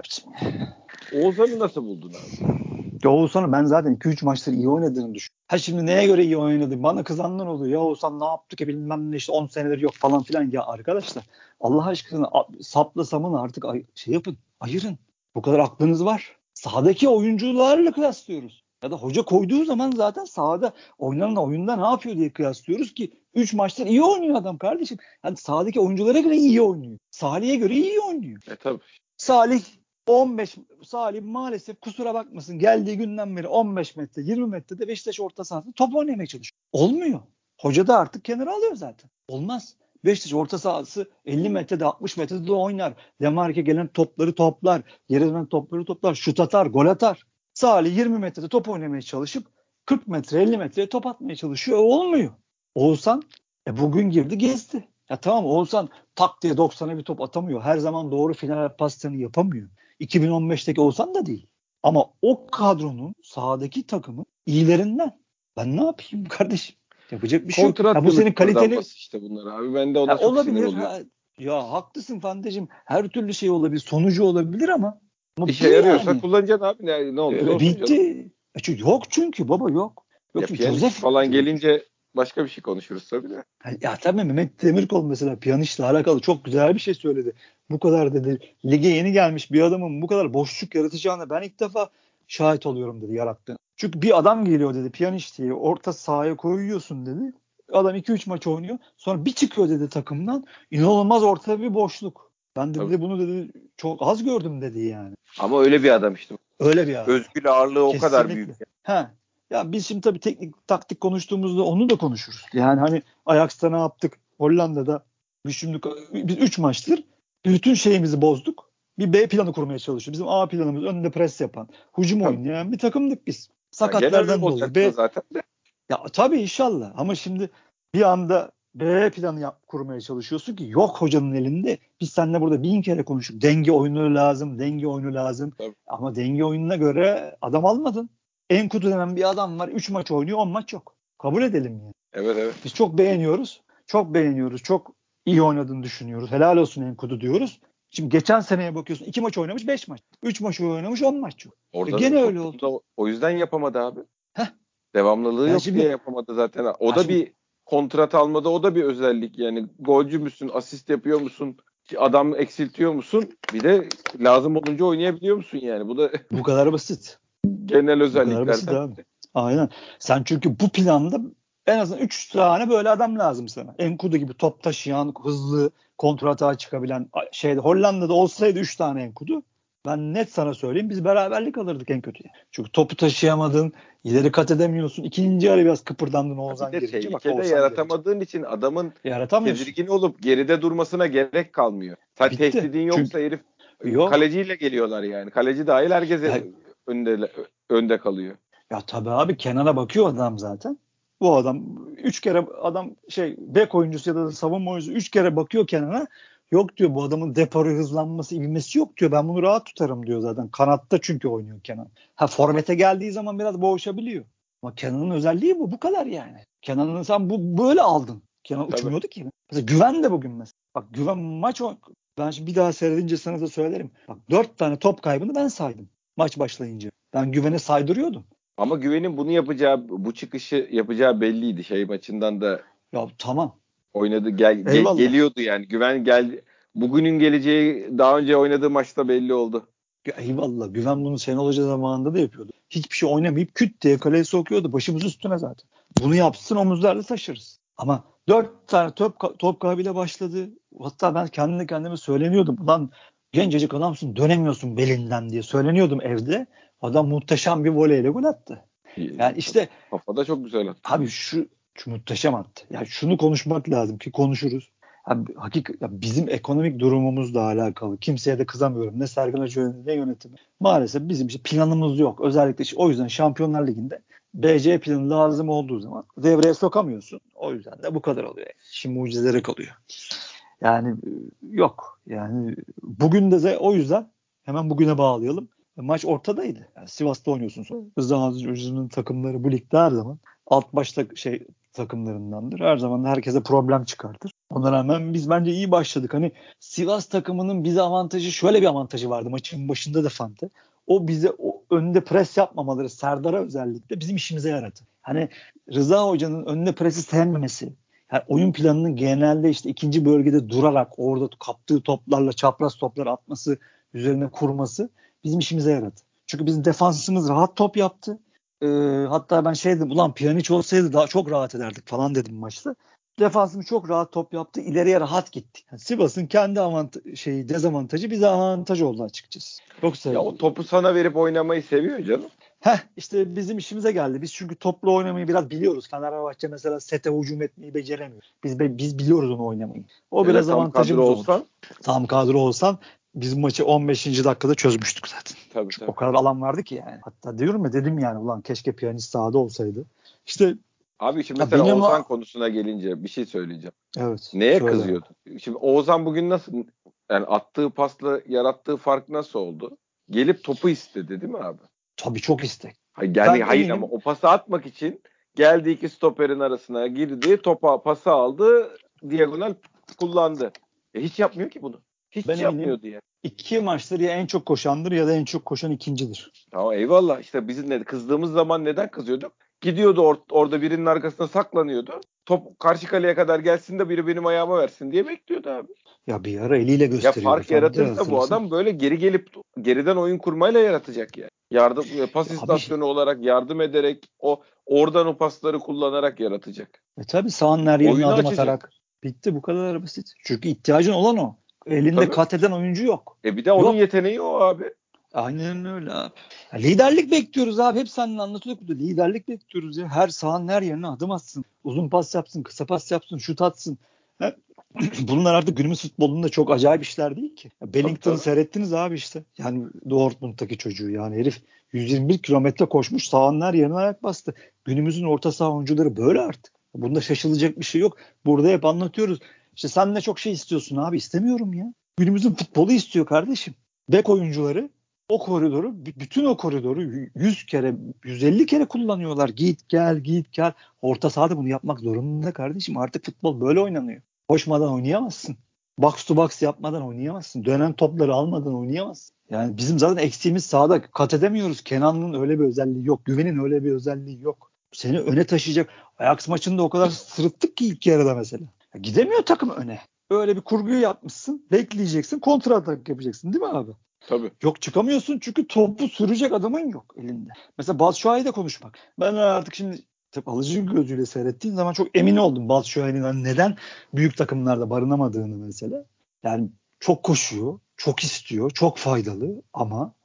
A: Oğuzhan'ı nasıl buldun abi?
B: Ya Oğuzhan'ı ben zaten iki üç maçtır iyi oynadığını düşünüyorum. Ha şimdi neye göre iyi oynadı? Bana kızanlar oluyor. Ya Oğuzhan ne yaptı ki bilmem ne işte on senedir yok falan filan. Ya arkadaşlar Allah aşkına sapla samın artık ay- şey yapın. Ayırın. Bu kadar aklınız var. Sahadaki oyuncularla kıyaslıyoruz. Ya da hoca koyduğu zaman zaten sahada oynanan oyunda ne yapıyor diye kıyaslıyoruz ki üç maçtır iyi oynuyor adam kardeşim. Yani sahadaki oyunculara göre iyi oynuyor. Salih'e göre iyi oynuyor.
A: E tabii.
B: Salih on beş Salih maalesef kusura bakmasın geldiği günden beri on beş metre yirmi metrede Beşiktaş orta sahasında top oynamaya çalışıyor. Olmuyor. Hoca da artık kenara alıyor zaten. Olmaz. Beşiktaş orta sahası elli metrede altmış metrede de oynar. Demarke gelen topları toplar. Yere dönen topları toplar. Şut atar, gol atar. Salih yirmi metrede top oynamaya çalışıp kırk metre elli metreye top atmaya çalışıyor. Olmuyor. Oğuzhan e bugün girdi gezdi. Ya tamam Oğuzhan tak diye doksana bir top atamıyor. Her zaman doğru final paslarını yapamıyor. iki bin on beşteki Oğuzhan da değil. Ama o kadronun sahadaki takımı iyilerinden. Ben ne yapayım kardeşim? Yapacak bir şey yok.
A: Kontrat
B: Ya bu senin kaliteli
A: yıllıklardan işte bunlar abi. Ben de ona
B: ya
A: çok sinir
B: olabilir.
A: oluyorum.
B: Ha, ya haklısın Fandeciğim. Her türlü şey olabilir. Sonucu olabilir ama ama
A: İşe
B: bu
A: yarıyorsa
B: yani.
A: kullanacaksın abi. Ne, ne olursa
B: E,
A: olsun canım.
B: bitti. E, çünkü yok çünkü baba yok. Yok
A: Ya
B: çünkü
A: piyanist
B: Joseph
A: falan gelince başka bir şey konuşuruz tabii de.
B: ya tabii Mehmet Demirkol mesela piyanistla alakalı çok güzel bir şey söyledi. Bu kadar dedi lige yeni gelmiş bir adamın bu kadar boşluk yaratacağını ben ilk defa şahit oluyorum dedi yarattığını. Çünkü bir adam geliyor dedi piyanist diye orta sahaya koyuyorsun dedi. Adam iki üç maç oynuyor. Sonra bir çıkıyor dedi takımdan. İnanılmaz ortada bir boşluk. Ben
A: Tabii.
B: dedi bunu dedi çok az gördüm dedi yani.
A: Ama öyle bir adam işte.
B: Öyle bir adam.
A: Özgül ağırlığı o kadar büyük.
B: Kesinlikle. Ha. Ya biz şimdi tabii teknik taktik konuştuğumuzda onu da konuşuruz. Yani hani Ajax'ta ne yaptık? Hollanda'da biz şimdi biz üç maçtır bütün şeyimizi bozduk. Bir B planı kurmaya çalışıyoruz. Bizim A planımız önde pres yapan, hücum
A: Tabii.
B: oynayan bir takımdık biz.
A: Ya genel öyle
B: Sakatlardan dolayı.
A: olacaksın
B: B
A: zaten de.
B: ya tabii inşallah ama şimdi bir anda B planı yap, kurmaya çalışıyorsun ki yok hocanın elinde. Biz seninle burada bin kere konuştuk. Denge oyunu lazım, denge oyunu lazım.
A: Tabii.
B: Ama denge oyununa göre adam almadın. Enkudu denen bir adam var. üç maç oynuyor, on maç yok. Kabul edelim yani.
A: Evet evet.
B: Biz çok beğeniyoruz. Çok beğeniyoruz. Çok iyi oynadığını düşünüyoruz. Helal olsun Enkudu diyoruz. Şimdi geçen seneye bakıyorsun. iki maç oynamış, beş maç. üç maç oynamış, on maç yok. E
A: Orada da
B: gene
A: çok
B: öyle oldu.
A: da o yüzden yapamadı abi.
B: Heh.
A: Devamlılığı
B: Yani
A: yok diye
B: şimdi,
A: yapamadı zaten. O
B: ya
A: da
B: şimdi
A: bir kontrat almada o da bir özellik. Yani golcü müsün, asist yapıyor musun, adam eksiltiyor musun? Bir de lazım olunca oynayabiliyor musun yani? Bu da
B: bu kadar basit.
A: genel
B: Bu kadar basit
A: özelliklerden.
B: abi. Aynen. Sen çünkü bu planda en azından üç tane böyle adam lazım sana. Enkudu gibi top taşıyan, hızlı, kontratağa çıkabilen şeyde Hollanda'da olsaydı üç tane Enkudu ben net sana söyleyeyim biz beraberlik alırdık en kötüye. Çünkü topu taşıyamadın, ileri kat edemiyorsun. İkinci yarı biraz kıpırdandın
A: Ya bir
B: Oğuzhan
A: de
B: girince. Bak
A: tehlikede
B: Oğuzhan girince.
A: yaratamadığın için adamın
B: Yaratamıyorsun.
A: tedirgin olup geride durmasına gerek kalmıyor. Sen
B: Bitti.
A: tehdidin yoksa
B: Çünkü
A: herif
B: yok.
A: kaleciyle geliyorlar yani. Kaleci dahil herkese
B: Ya,
A: önde önde kalıyor.
B: Ya tabii abi Kenan'a bakıyor adam zaten. Bu adam üç kere adam şey bek oyuncusu ya da savunma oyuncusu üç kere bakıyor Kenan'a. Yok diyor bu adamın deparı hızlanması, ivmesi yok diyor. Ben bunu rahat tutarım diyor zaten. Kanatta çünkü oynuyor Kenan. Ha formete geldiği zaman biraz boğuşabiliyor. Ama Kenan'ın özelliği bu. Bu kadar yani. Kenan'ın sen bu böyle aldın. Kenan
A: Tabii.
B: uçmuyordu ki. Mesela Güven de bugün mesela. Bak Güven maç o ben şimdi bir daha seyredince sana da söylerim. Bak dört tane top kaybını ben saydım maç başlayınca. Ben Güven'e saydırıyordum.
A: Ama Güven'in bunu yapacağı, bu çıkışı yapacağı belliydi. Şey maçından da
B: Ya tamam.
A: oynadı, gel, ge-
B: Eyvallah.
A: geliyordu yani. Güven geldi. Bugünün geleceği daha önce oynadığı maçta belli oldu.
B: Ya eyvallah. Güven bunu Şenol Hoca zamanında da yapıyordu. Hiçbir şey oynamayıp küt diye kaleye sokuyordu. Başımız üstüne zaten. Bunu yapsın omuzlarla taşırız. Ama dört tane top, top kaybıyla başladı. Hatta ben kendi kendime söyleniyordum. Lan gencecik adamsın dönemiyorsun belinden diye söyleniyordum evde. Adam muhteşem bir voleyle gol attı. Yani işte
A: Kafada çok güzel attı.
B: abi şu, şu muhteşem attı. Yani şunu konuşmak lazım ki konuşuruz. Abi, hakik, ya bizim ekonomik durumumuzla alakalı. Kimseye de kızamıyorum. Ne Sergen Hoca ne yönetimi. Maalesef bizim işte planımız yok. Özellikle işte o yüzden Şampiyonlar Ligi'nde B C planı lazım olduğu zaman devreye sokamıyorsun. O yüzden de bu kadar oluyor. Şimdi mucizelere kalıyor. Yani yok. Yani bugün de o yüzden hemen bugüne bağlayalım. Maç ortadaydı. Yani Sivas'ta oynuyorsun sonra. Rıza Hoca'nın takımları bu ligde her zaman alt başta şey takımlarındandır. Her zaman da herkese problem çıkartır. Ona rağmen biz bence iyi başladık. Hani Sivas takımının bize avantajı, şöyle bir avantajı vardı maçın başında da Fante. O bize o önde pres yapmamaları, Serdar'a özellikle bizim işimize yaradı. Hani Rıza Hoca'nın önde presi sevmemesi, yani oyun planının genelde işte ikinci bölgede durarak orada kaptığı toplarla çapraz toplar atması, üzerine kurması bizim işimize yaradı. Çünkü bizim defansımız rahat top yaptı. Ee, hatta ben şey dedim, ulan Pjanic olsaydı daha çok rahat ederdik falan dedim maçta. Defansımız çok rahat top yaptı. İleriye rahat gittik. Yani Sivas'ın kendi avant- şeyi dezavantajı bize avantaj oldu açıkçası. Yoksa
A: Ya o topu sana verip oynamayı seviyor canım.
B: heh işte bizim işimize geldi. Biz çünkü toplu oynamayı biraz biliyoruz. Fenerbahçe mesela sete hücum etmeyi beceremiyor. Biz biz biliyoruz onu oynamayı. O
A: Hele
B: biraz
A: tam kadro
B: avantajımız oldu.
A: olsan.
B: Tam kadro olsan biz maçı on beşinci dakikada çözmüştük zaten.
A: Tabii
B: Çünkü
A: tabii.
B: o kadar alan vardı ki yani. Hatta diyorum ya, dedim yani ulan keşke Pjanic sahada olsaydı. İşte
A: Abi şimdi
B: ya
A: mesela
B: benim
A: Oğuzhan konusuna gelince bir şey söyleyeceğim.
B: evet
A: Neye
B: söyle abi.
A: kızıyordun? Şimdi Oğuzhan bugün nasıl, yani attığı pasla yarattığı fark nasıl oldu? Gelip topu istedi değil mi abi?
B: Tabii çok istek.
A: Hayır, yani
B: Ben
A: hayır ama
B: eminim
A: o pası atmak için geldi, iki stoperin arasına girdi, topa pası aldı, diagonal kullandı. E hiç yapmıyor ki bunu.
B: ben
A: Hiç
B: eminim
A: yapmıyordu yani.
B: iki maçtır ya en çok koşandır ya da en çok koşan ikincidir.
A: Tamam eyvallah, işte bizim ne kızdığımız zaman neden kızıyorduk? Gidiyordu or- orada birinin arkasına saklanıyordu. Top karşı kaleye kadar gelsin de biri benim ayağıma versin diye bekliyordu abi.
B: Ya bir ara eliyle
A: Ya
B: gösteriyordu
A: fark
B: falan diye
A: yaratırsa bu
B: hatırlasın.
A: adam böyle geri gelip geriden oyun kurmayla yaratacak yani. Yardım pas
B: Ya abi
A: istasyonu olarak yardım ederek, o oradan o pasları kullanarak yaratacak.
B: e tabii sahanın her yerine
A: Oyunu
B: adım
A: açacak.
B: atarak bitti, bu kadar basit. Çünkü ihtiyacın olan o. Elinde
A: Tabii.
B: kat eden oyuncu yok.
A: E bir de onun
B: Yok.
A: yeteneği o abi.
B: Aynen öyle abi. Ya liderlik bekliyoruz abi. Hep seninle anlatıyorduk burada. Liderlik bekliyoruz ya. Her sahanın her yerine adım atsın. Uzun pas yapsın, kısa pas yapsın, şut atsın. Ha, bunlar artık günümüz futbolunda çok acayip işler değil ki. Ya
A: Tabii
B: Bellington'ı
A: tabii.
B: seyrettiniz abi işte. Yani Dortmund'daki çocuğu, yani herif yüz yirmi bir kilometre koşmuş, sahanın her yerine ayak bastı. Günümüzün orta saha oyuncuları böyle artık. Bunda şaşılacak bir şey yok. Burada hep anlatıyoruz. İşte sen de çok şey istiyorsun abi. İstemiyorum ya. Günümüzün futbolu istiyor kardeşim. Bek oyuncuları o koridoru, bütün o koridoru yüz kere, yüz elli kere kullanıyorlar. Git gel, git gel. Orta sahada bunu yapmak zorunda kardeşim. Artık futbol böyle oynanıyor. Koşmadan oynayamazsın. Box to box yapmadan oynayamazsın. Dönen topları almadan oynayamazsın. Yani bizim zaten eksiğimiz sahada, kat edemiyoruz. Kenan'ın öyle bir özelliği yok. Güven'in öyle bir özelliği yok. Seni öne taşıyacak. Ajax maçında o kadar sırıttık ki ilk yarıda mesela. Ya gidemiyor takım öne. Öyle bir kurguyu yapmışsın. Bekleyeceksin. Kontra atak yapacaksın değil mi abi?
A: Tabii.
B: Yok, çıkamıyorsun çünkü topu sürecek adamın yok elinde. Mesela Batshuayi'de konuşmak. Ben artık şimdi tabii alıcı gözüyle seyrettiğim zaman çok emin oldum Batshuayi'nin neden büyük takımlarda barınamadığını mesela. Yani çok koşuyor, çok istiyor, çok faydalı ama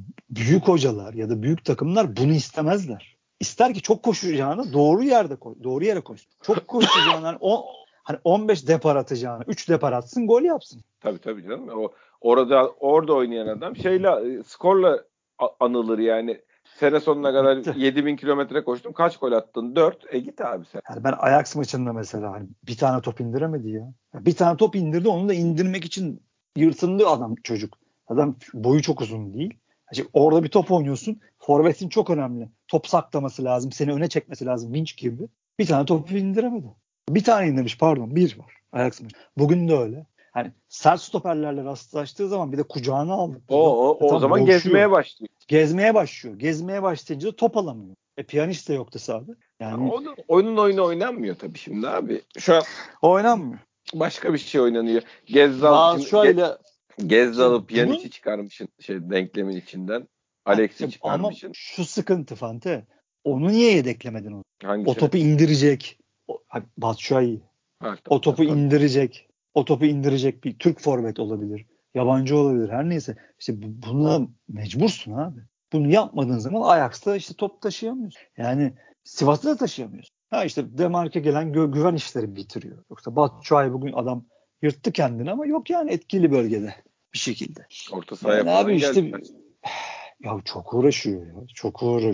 B: büyük hocalar ya da büyük takımlar bunu istemezler. İster ki çok koşacağını doğru yerde koy, doğru yere koy. Çok koşacağını hani, o, hani on beş depar atacağını üç depar atsın, gol yapsın.
A: Tabii tabii canım. O orada orada oynayan adam şeyle, skorla a- anılır yani. Sene sonuna kadar
B: Bitti.
A: yedi bin kilometre koştum. Kaç gol attın? Dört. E git abi sen.
B: Yani ben Ajax maçında mesela hani bir tane top indiremedi ya. Bir tane top indirdi, onu da indirmek için yırtındı adam, çocuk. Adam boyu çok uzun değil. İşte orada bir top oynuyorsun. Forvetin çok önemli. Top saklaması lazım. Seni öne çekmesi lazım. Vinç gibi. Bir tane topu indiremedi. Bir tane indirmiş, pardon. Bir var Ajax maçı. Bugün de öyle. Hani sert stoperlerle rastlaştığı zaman bir de kucağına aldık burada.
A: O,
B: Ya
A: o, o
B: tam
A: zaman
B: boğuşuyor.
A: gezmeye başlıyor.
B: Gezmeye başlıyor. Gezmeye başlayınca da top alamıyor. E Pjanic de yoktu sahada.
A: Ya
B: Yani
A: onun, oyunun oyunu oynanmıyor tabii şimdi abi. Şu an
B: oynanmıyor.
A: başka bir şey oynanıyor. Gezzal
B: Bazı
A: şimdi Ge,
B: şöyle işte
A: Gezzal'ı Pjanic'i
B: bunun
A: çıkarmışsın şey denklemin içinden.
B: heh,
A: Alex'i
B: işte ama
A: çıkarmışsın.
B: şu sıkıntı Fante. Onu niye yedeklemedin onu? O
A: Hangisini?
B: topu indirecek. O, Batshuayi.
A: Ha,
B: O topu
A: tamam.
B: indirecek. O topu indirecek bir Türk forvet olabilir. Yabancı olabilir. Her neyse. İşte bu- buna mecbursun abi. Bunu yapmadığın zaman Ajax'ta işte top taşıyamıyorsun. Yani Sivas'ta da taşıyamıyorsun. Ha işte Demarke gelen gö- güven işleri bitiriyor. Yoksa Batshuayi bugün adam yırttı kendini ama yok yani etkili bölgede bir şekilde.
A: Orta sahaya
B: Yani abi
A: falan
B: işte
A: geldiler.
B: ya çok uğraşıyor ya. Çok uğraşıyor.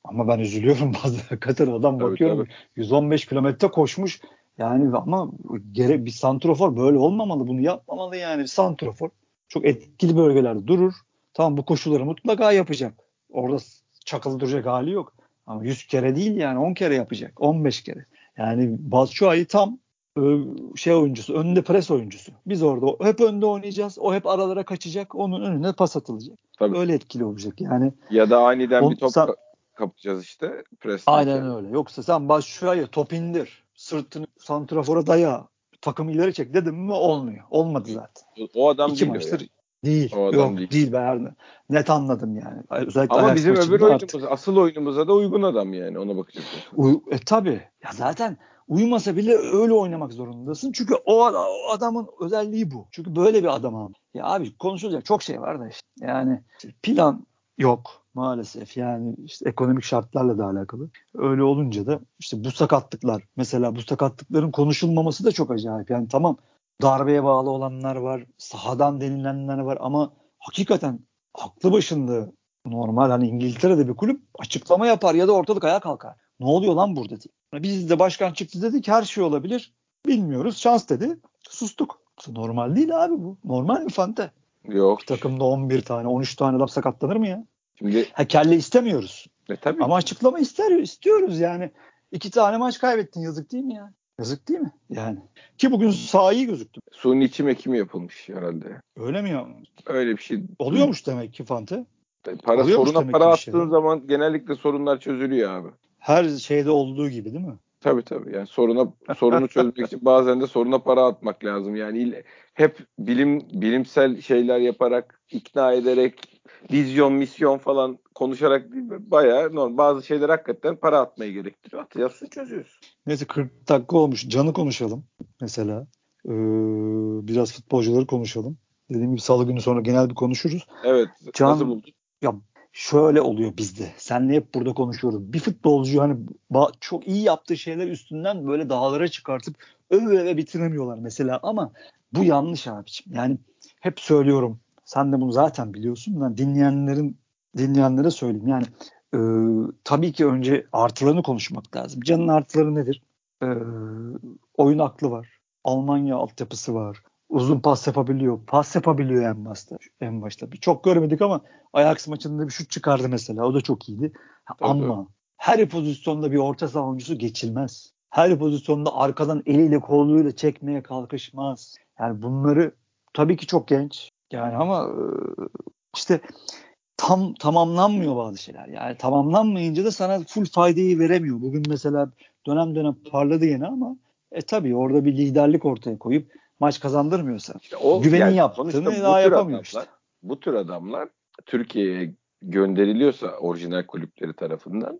B: Ama ben üzülüyorum bazen. Hakikaten adam
A: Tabii,
B: bakıyorum
A: tabii.
B: yüz on beş kilometre koşmuş. Yani ama gere, bir santrofor böyle olmamalı. Bunu yapmamalı yani. Bir santrofor çok etkili bölgelerde durur. Tamam, bu koşuları mutlaka yapacak. Orada çakılı duracak hali yok. Ama yüz kere değil yani on kere yapacak. on beş kere. Yani Batshuayi tam e, şey oyuncusu. Önde pres oyuncusu. Biz orada hep önde oynayacağız. O hep aralara kaçacak. Onun önüne pas atılacak.
A: Tabii.
B: Öyle etkili olacak. Yani
A: Ya da aniden bir
B: on,
A: top
B: sen,
A: ka- kapacağız işte
B: aynen
A: presteyken.
B: öyle. Yoksa sen Batshuayi top indir. Sırtını santrafora daya. Takım ileri çek dedim mi olmuyor. Olmadı zaten.
A: O, o adam
B: İki
A: değil o ya.
B: maçtır değil.
A: O adam
B: Yok
A: değil.
B: değil ben net anladım yani. Özellikle
A: Ama
B: Ajax
A: bizim öbür
B: maçında artık.
A: oyunumuz, asıl oyunumuza da uygun adam yani ona bakacak olursak.
B: Uy, e tabii. Ya zaten uyumasa bile öyle oynamak zorundasın. Çünkü o, o adamın özelliği bu. Çünkü böyle bir adam abi. Ya abi konuşulacak çok şey var da işte. Yani plan yok maalesef. Yani işte ekonomik şartlarla da alakalı. Öyle olunca da işte bu sakatlıklar, mesela bu sakatlıkların konuşulmaması da çok acayip. Yani tamam, darbeye bağlı olanlar var, sahadan denilenler var ama hakikaten aklı başında normal hani İngiltere'de bir kulüp açıklama yapar ya da ortalık ayağa kalkar. Ne oluyor lan burada diye. Biz de başkan çıktı dedi ki her şey olabilir. Bilmiyoruz. Şans dedi. Sustuk. Normal değil abi bu. Normal mi Fante?
A: Yok.
B: Bir takımda on bir tane, on üç tane adam sakatlanır mı ya?
A: Şimdi
B: Ha, kelle istemiyoruz.
A: e, tabii
B: Ama
A: ki.
B: açıklama ister, istiyoruz yani. İki tane maç kaybettin, yazık değil mi ya? Yazık değil mi? Yani. Ki bugün sağ iyi gözüktü.
A: Suni içim ekimi yapılmış herhalde.
B: Öyle mi ya?
A: Öyle bir şey duydum.
B: Oluyormuş demek ki Fante.
A: Para
B: Oluyormuş
A: soruna
B: demek ki
A: para
B: bir
A: attığın
B: şeyler.
A: zaman genellikle sorunlar çözülüyor abi.
B: Her şeyde olduğu gibi değil mi?
A: Tabii tabii. Yani soruna sorunu çözmek için bazen de soruna para atmak lazım. Yani il- hep bilim bilimsel şeyler yaparak, ikna ederek, vizyon, misyon falan konuşarak değil mi? Bayağı normal. Bazı şeyler hakikaten para atmayı gerektiriyor. Atıyorsun, çözüyorsun.
B: Neyse, kırk dakika olmuş. Can'ı konuşalım mesela. Ee, biraz futbolcuları konuşalım. Dediğim gibi salı günü sonra genel bir konuşuruz.
A: Evet. Nasıl
B: Can,
A: buldun?
B: ya şöyle oluyor bizde. Seninle hep burada konuşuyoruz. Bir futbolcu hani ba- çok iyi yaptığı şeyler üstünden böyle dağlara çıkartıp öve öve bitiremiyorlar mesela, ama bu yanlış abiciğim. Yani hep söylüyorum. Sen de bunu zaten biliyorsun. Yani dinleyenlerin dinleyenlere söyleyeyim. Yani e, tabii ki önce artılarını konuşmak lazım. Can'ın artıları nedir? E, oyun aklı var. Almanya altyapısı var. Uzun pas yapabiliyor. Pas yapabiliyor en başta. En başta. Bir çok görmedik ama Ajax maçında bir şut çıkardı mesela. O da çok iyiydi.
A: Tabii tabii.
B: Ama her pozisyonda bir orta saha oyuncusu geçilmez. Her pozisyonda arkadan eliyle koluyla çekmeye kalkışmaz. Yani bunları, tabii ki çok genç. Yani ama e, işte tam tamamlanmıyor bazı şeyler. Yani tamamlanmayınca da sana full faydayı veremiyor. Bugün mesela dönem dönem parladı yine ama e tabii orada bir liderlik ortaya koyup maç kazandırmıyorsa
A: İşte o
B: güvenin
A: yani
B: yaptığını
A: sonuçta bu
B: daha
A: tür
B: yapamıyor işte.
A: adamlar bu tür adamlar Türkiye'ye gönderiliyorsa orijinal kulüpleri tarafından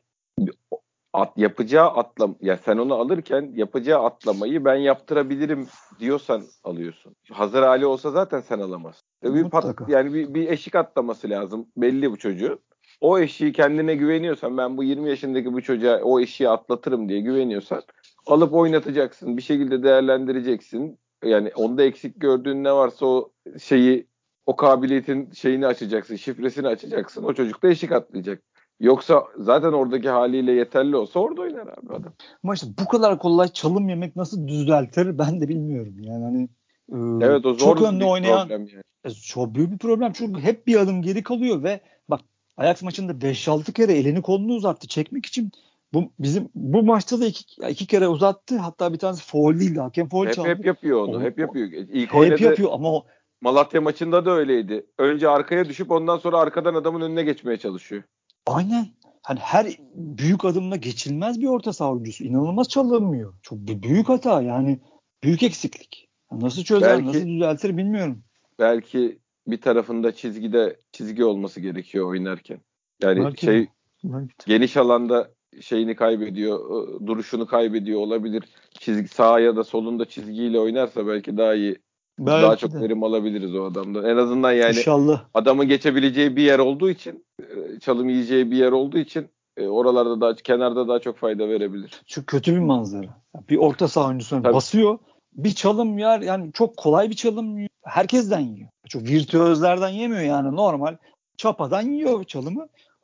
A: at, yapacağı atlam ya sen onu alırken yapacağı atlamayı ben yaptırabilirim diyorsan alıyorsun. Hazır hali olsa zaten sen alamazsın. Ve bir pat,
B: Mutlaka.
A: yani bir, bir eşik atlaması lazım belli bu çocuğun. O eşiği kendine güveniyorsan ben bu yirmi yaşındaki bu çocuğa o eşiği atlatırım diye güveniyorsan alıp oynatacaksın. Bir şekilde değerlendireceksin. Yani onda eksik gördüğün ne varsa o şeyi o kabiliyetin şeyini açacaksın, şifresini açacaksın. O çocuk da eşik atlayacak. Yoksa zaten oradaki haliyle yeterli olsa orada oynar abi adam.
B: Ama işte bu kadar kolay çalım yemek nasıl düzeltir ben de bilmiyorum. Yani hani e,
A: Evet o
B: çok
A: zor
B: önde
A: bir
B: oynayan
A: problem yani.
B: e, çok büyük bir problem. Çünkü hep bir adım geri kalıyor ve bak, Ajax maçında beş altı kere elini kolunu uzattı çekmek için. Bu bizim bu maçta da iki, iki kere uzattı. Hatta bir tanesi faul değildi. Hakem faul
A: Hep hep
B: çaldı.
A: yapıyor onu.
B: O,
A: Hep
B: o,
A: yapıyor. İlk
B: hep
A: oynadı
B: yapıyor ama o,
A: Malatya maçında da öyleydi. Önce arkaya düşüp ondan sonra arkadan adamın önüne geçmeye çalışıyor.
B: aynen. Hani her büyük adımla geçilmez bir orta saha oyuncusu. İnanılmaz çalınmıyor. Çok bir büyük hata yani, büyük eksiklik. Nasıl çözer, nasıl
A: Belki
B: düzeltir bilmiyorum.
A: belki bir tarafında çizgide çizgi olması gerekiyor oynarken. Yani
B: Belki de.
A: şey
B: Belki de.
A: geniş alanda şeyini kaybediyor, duruşunu kaybediyor olabilir. Çizgi sağa ya da solunda çizgiyle oynarsa belki daha iyi, daha
B: Belki
A: çok
B: de.
A: verim alabiliriz o adamdan. En azından yani
B: İnşallah.
A: adamın geçebileceği bir yer olduğu için, e, çalım yiyeceği bir yer olduğu için e, oralarda daha kenarda daha çok fayda verebilir.
B: Çünkü kötü bir manzara. Bir orta saha oyuncusu
A: Tabii.
B: basıyor. Bir çalım yer yani, çok kolay bir çalım yiyor. Herkesten yiyor. Çok virtüözlerden yemiyor yani, normal çapadan yiyor çalımı.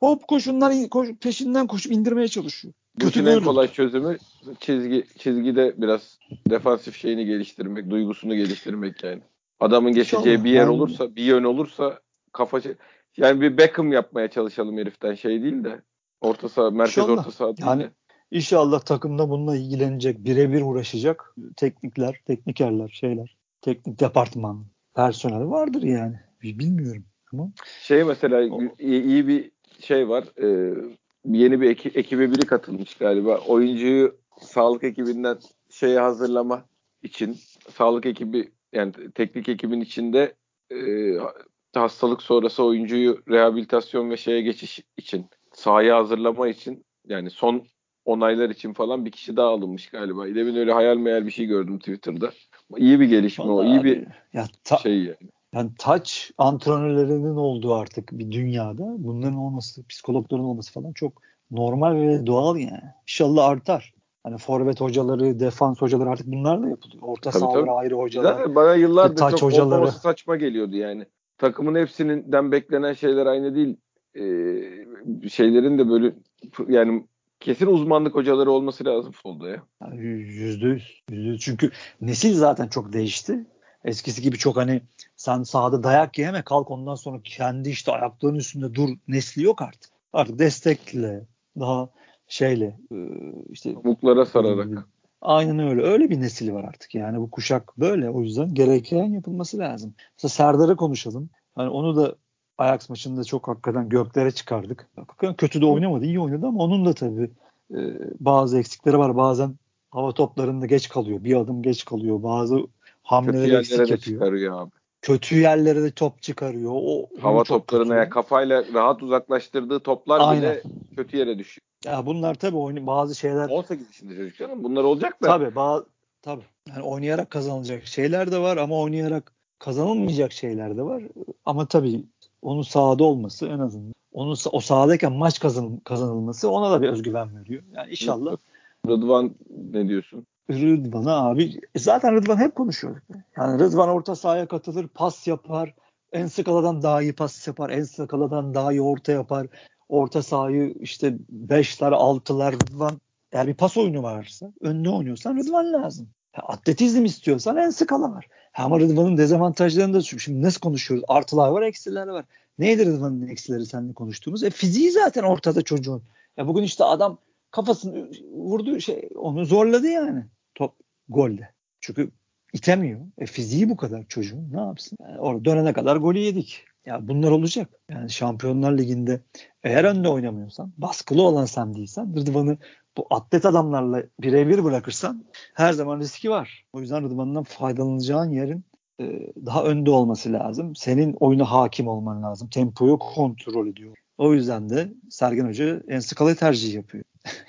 B: Hop koşunlar koş, peşinden koşup indirmeye çalışıyor.
A: Bu
B: Kötü
A: işin en
B: böyle
A: kolay
B: olur.
A: çözümü çizgi çizgide biraz defansif şeyini geliştirmek, duygusunu geliştirmek yani. Adamın geçeceği bir
B: İnşallah
A: yer
B: yani
A: olursa, bir yön olursa kafa şey- yani bir Beckham yapmaya çalışalım heriften şey değil de orta saha, merkez orta
B: inşallah
A: saha değil
B: yani
A: de.
B: inşallah takımda bununla ilgilenecek, birebir uğraşacak teknikler, teknikerler, şeyler, teknik departman, personel vardır yani. Bilmiyorum ama
A: Şey mesela
B: o,
A: iyi, iyi bir şey var. Ee, yeni bir eki- ekibe biri katılmış galiba. Oyuncuyu sağlık ekibinden şeye hazırlama için sağlık ekibi yani teknik ekibin içinde e, hastalık sonrası oyuncuyu rehabilitasyon ve şeye geçiş için sahaya hazırlama için yani son onaylar için falan bir kişi daha alınmış galiba. Demin öyle hayal meyal bir şey gördüm Twitter'da. İyi bir gelişme o.
B: vallahi
A: İyi bir
B: abi ya ta,
A: şey yani.
B: yani taç antrenörlerinin olduğu artık bir dünyada bunların olması, psikologların olması falan çok normal ve doğal yani. İnşallah artar. Hani forvet hocaları, defans hocaları artık bunlar da yapılıyor. Orta
A: Tabii tabii.
B: sahalara ayrı hocalar,
A: Zaten bana
B: işte
A: yıllardır
B: taç
A: çok
B: hocaları.
A: olmaması saçma geliyordu yani. Takımın hepsinden beklenen şeyler aynı değil. Ee, şeylerin de böyle yani kesin uzmanlık hocaları olması lazım futbolda ya.
B: Yani yüzde yüz, yüzde yüz. Çünkü nesil zaten çok değişti. Eskisi gibi çok hani sen sahada dayak yeme kalk ondan sonra kendi işte ayaklarının üstünde dur nesli yok artık. Artık destekle daha şeyle e, işte
A: Pamuklara
B: dediğim gibi
A: sararak.
B: aynen öyle. Öyle bir nesil var artık. Yani bu kuşak böyle. O yüzden gereken yapılması lazım. Mesela Serdar'ı konuşalım. Hani onu da Ajax maçında çok hakikaten göklere çıkardık. Hakikaten kötü de
A: Hı.
B: oynamadı, iyi oynadı ama onun da tabii e, bazı eksikleri var. Bazen hava toplarında geç kalıyor. Bir adım geç kalıyor. Bazı
A: Kötü
B: hamleleri eksik
A: yerlere de
B: yapıyor.
A: çıkarıyor abi.
B: Kötü yerlere de top çıkarıyor. O huyu
A: Hava
B: çok
A: toplarına ya
B: kötü.
A: kafayla rahat uzaklaştırdığı toplar
B: Aynen.
A: bile kötü yere düşüyor.
B: Ya bunlar tabii oyun, bazı şeyler
A: on sekiz yaşında çocuk canım. Bunlar olacak da.
B: tabii bazı tabii. Yani oynayarak kazanılacak şeyler de var ama oynayarak kazanılmayacak şeyler de var. Ama tabii onun sahada olması en azından onun o sahadayken maç kazan, kazanılması ona da bir özgüven veriyor. Yani inşallah
A: Rıdvan ne diyorsun?
B: Rıdvan'a abi e zaten Rıdvan hep konuşuyorduk. Yani Rıdvan orta sahaya katılır, pas yapar. En skaladan daha iyi pas yapar. En skaladan daha iyi orta yapar. Orta sahayı işte beşler, altılar Rıdvan. Eğer bir pas oyunu varsa, önde oynuyorsan Rıdvan lazım. Ya atletizm istiyorsan en skala var. Ha, ama Rıdvan'ın dezavantajlarını da şimdi nasıl konuşuyoruz? Artılar var, eksiler var. Neydi Rıdvan'ın eksileri seninle konuştuğumuz? E fiziği zaten ortada çocuğun. Ya bugün işte adam kafasını vurdu şey onu zorladı yani top golde. Çünkü itemiyor. E fiziği bu kadar çocuğun ne yapsın? Yani orada dönene kadar golü yedik. Ya bunlar olacak. Yani Şampiyonlar Ligi'nde eğer önde oynamıyorsan, baskılı olan sen değilsen, Rıdvan'ı bu atlet adamlarla birebir bırakırsan her zaman riski var. O yüzden Rıdvan'dan faydalanacağın yerin e, daha önde olması lazım. Senin oyuna hakim olman lazım. Tempoyu kontrol ediyor. O yüzden de Sergen Hoca Enskalayı tercih yapıyor.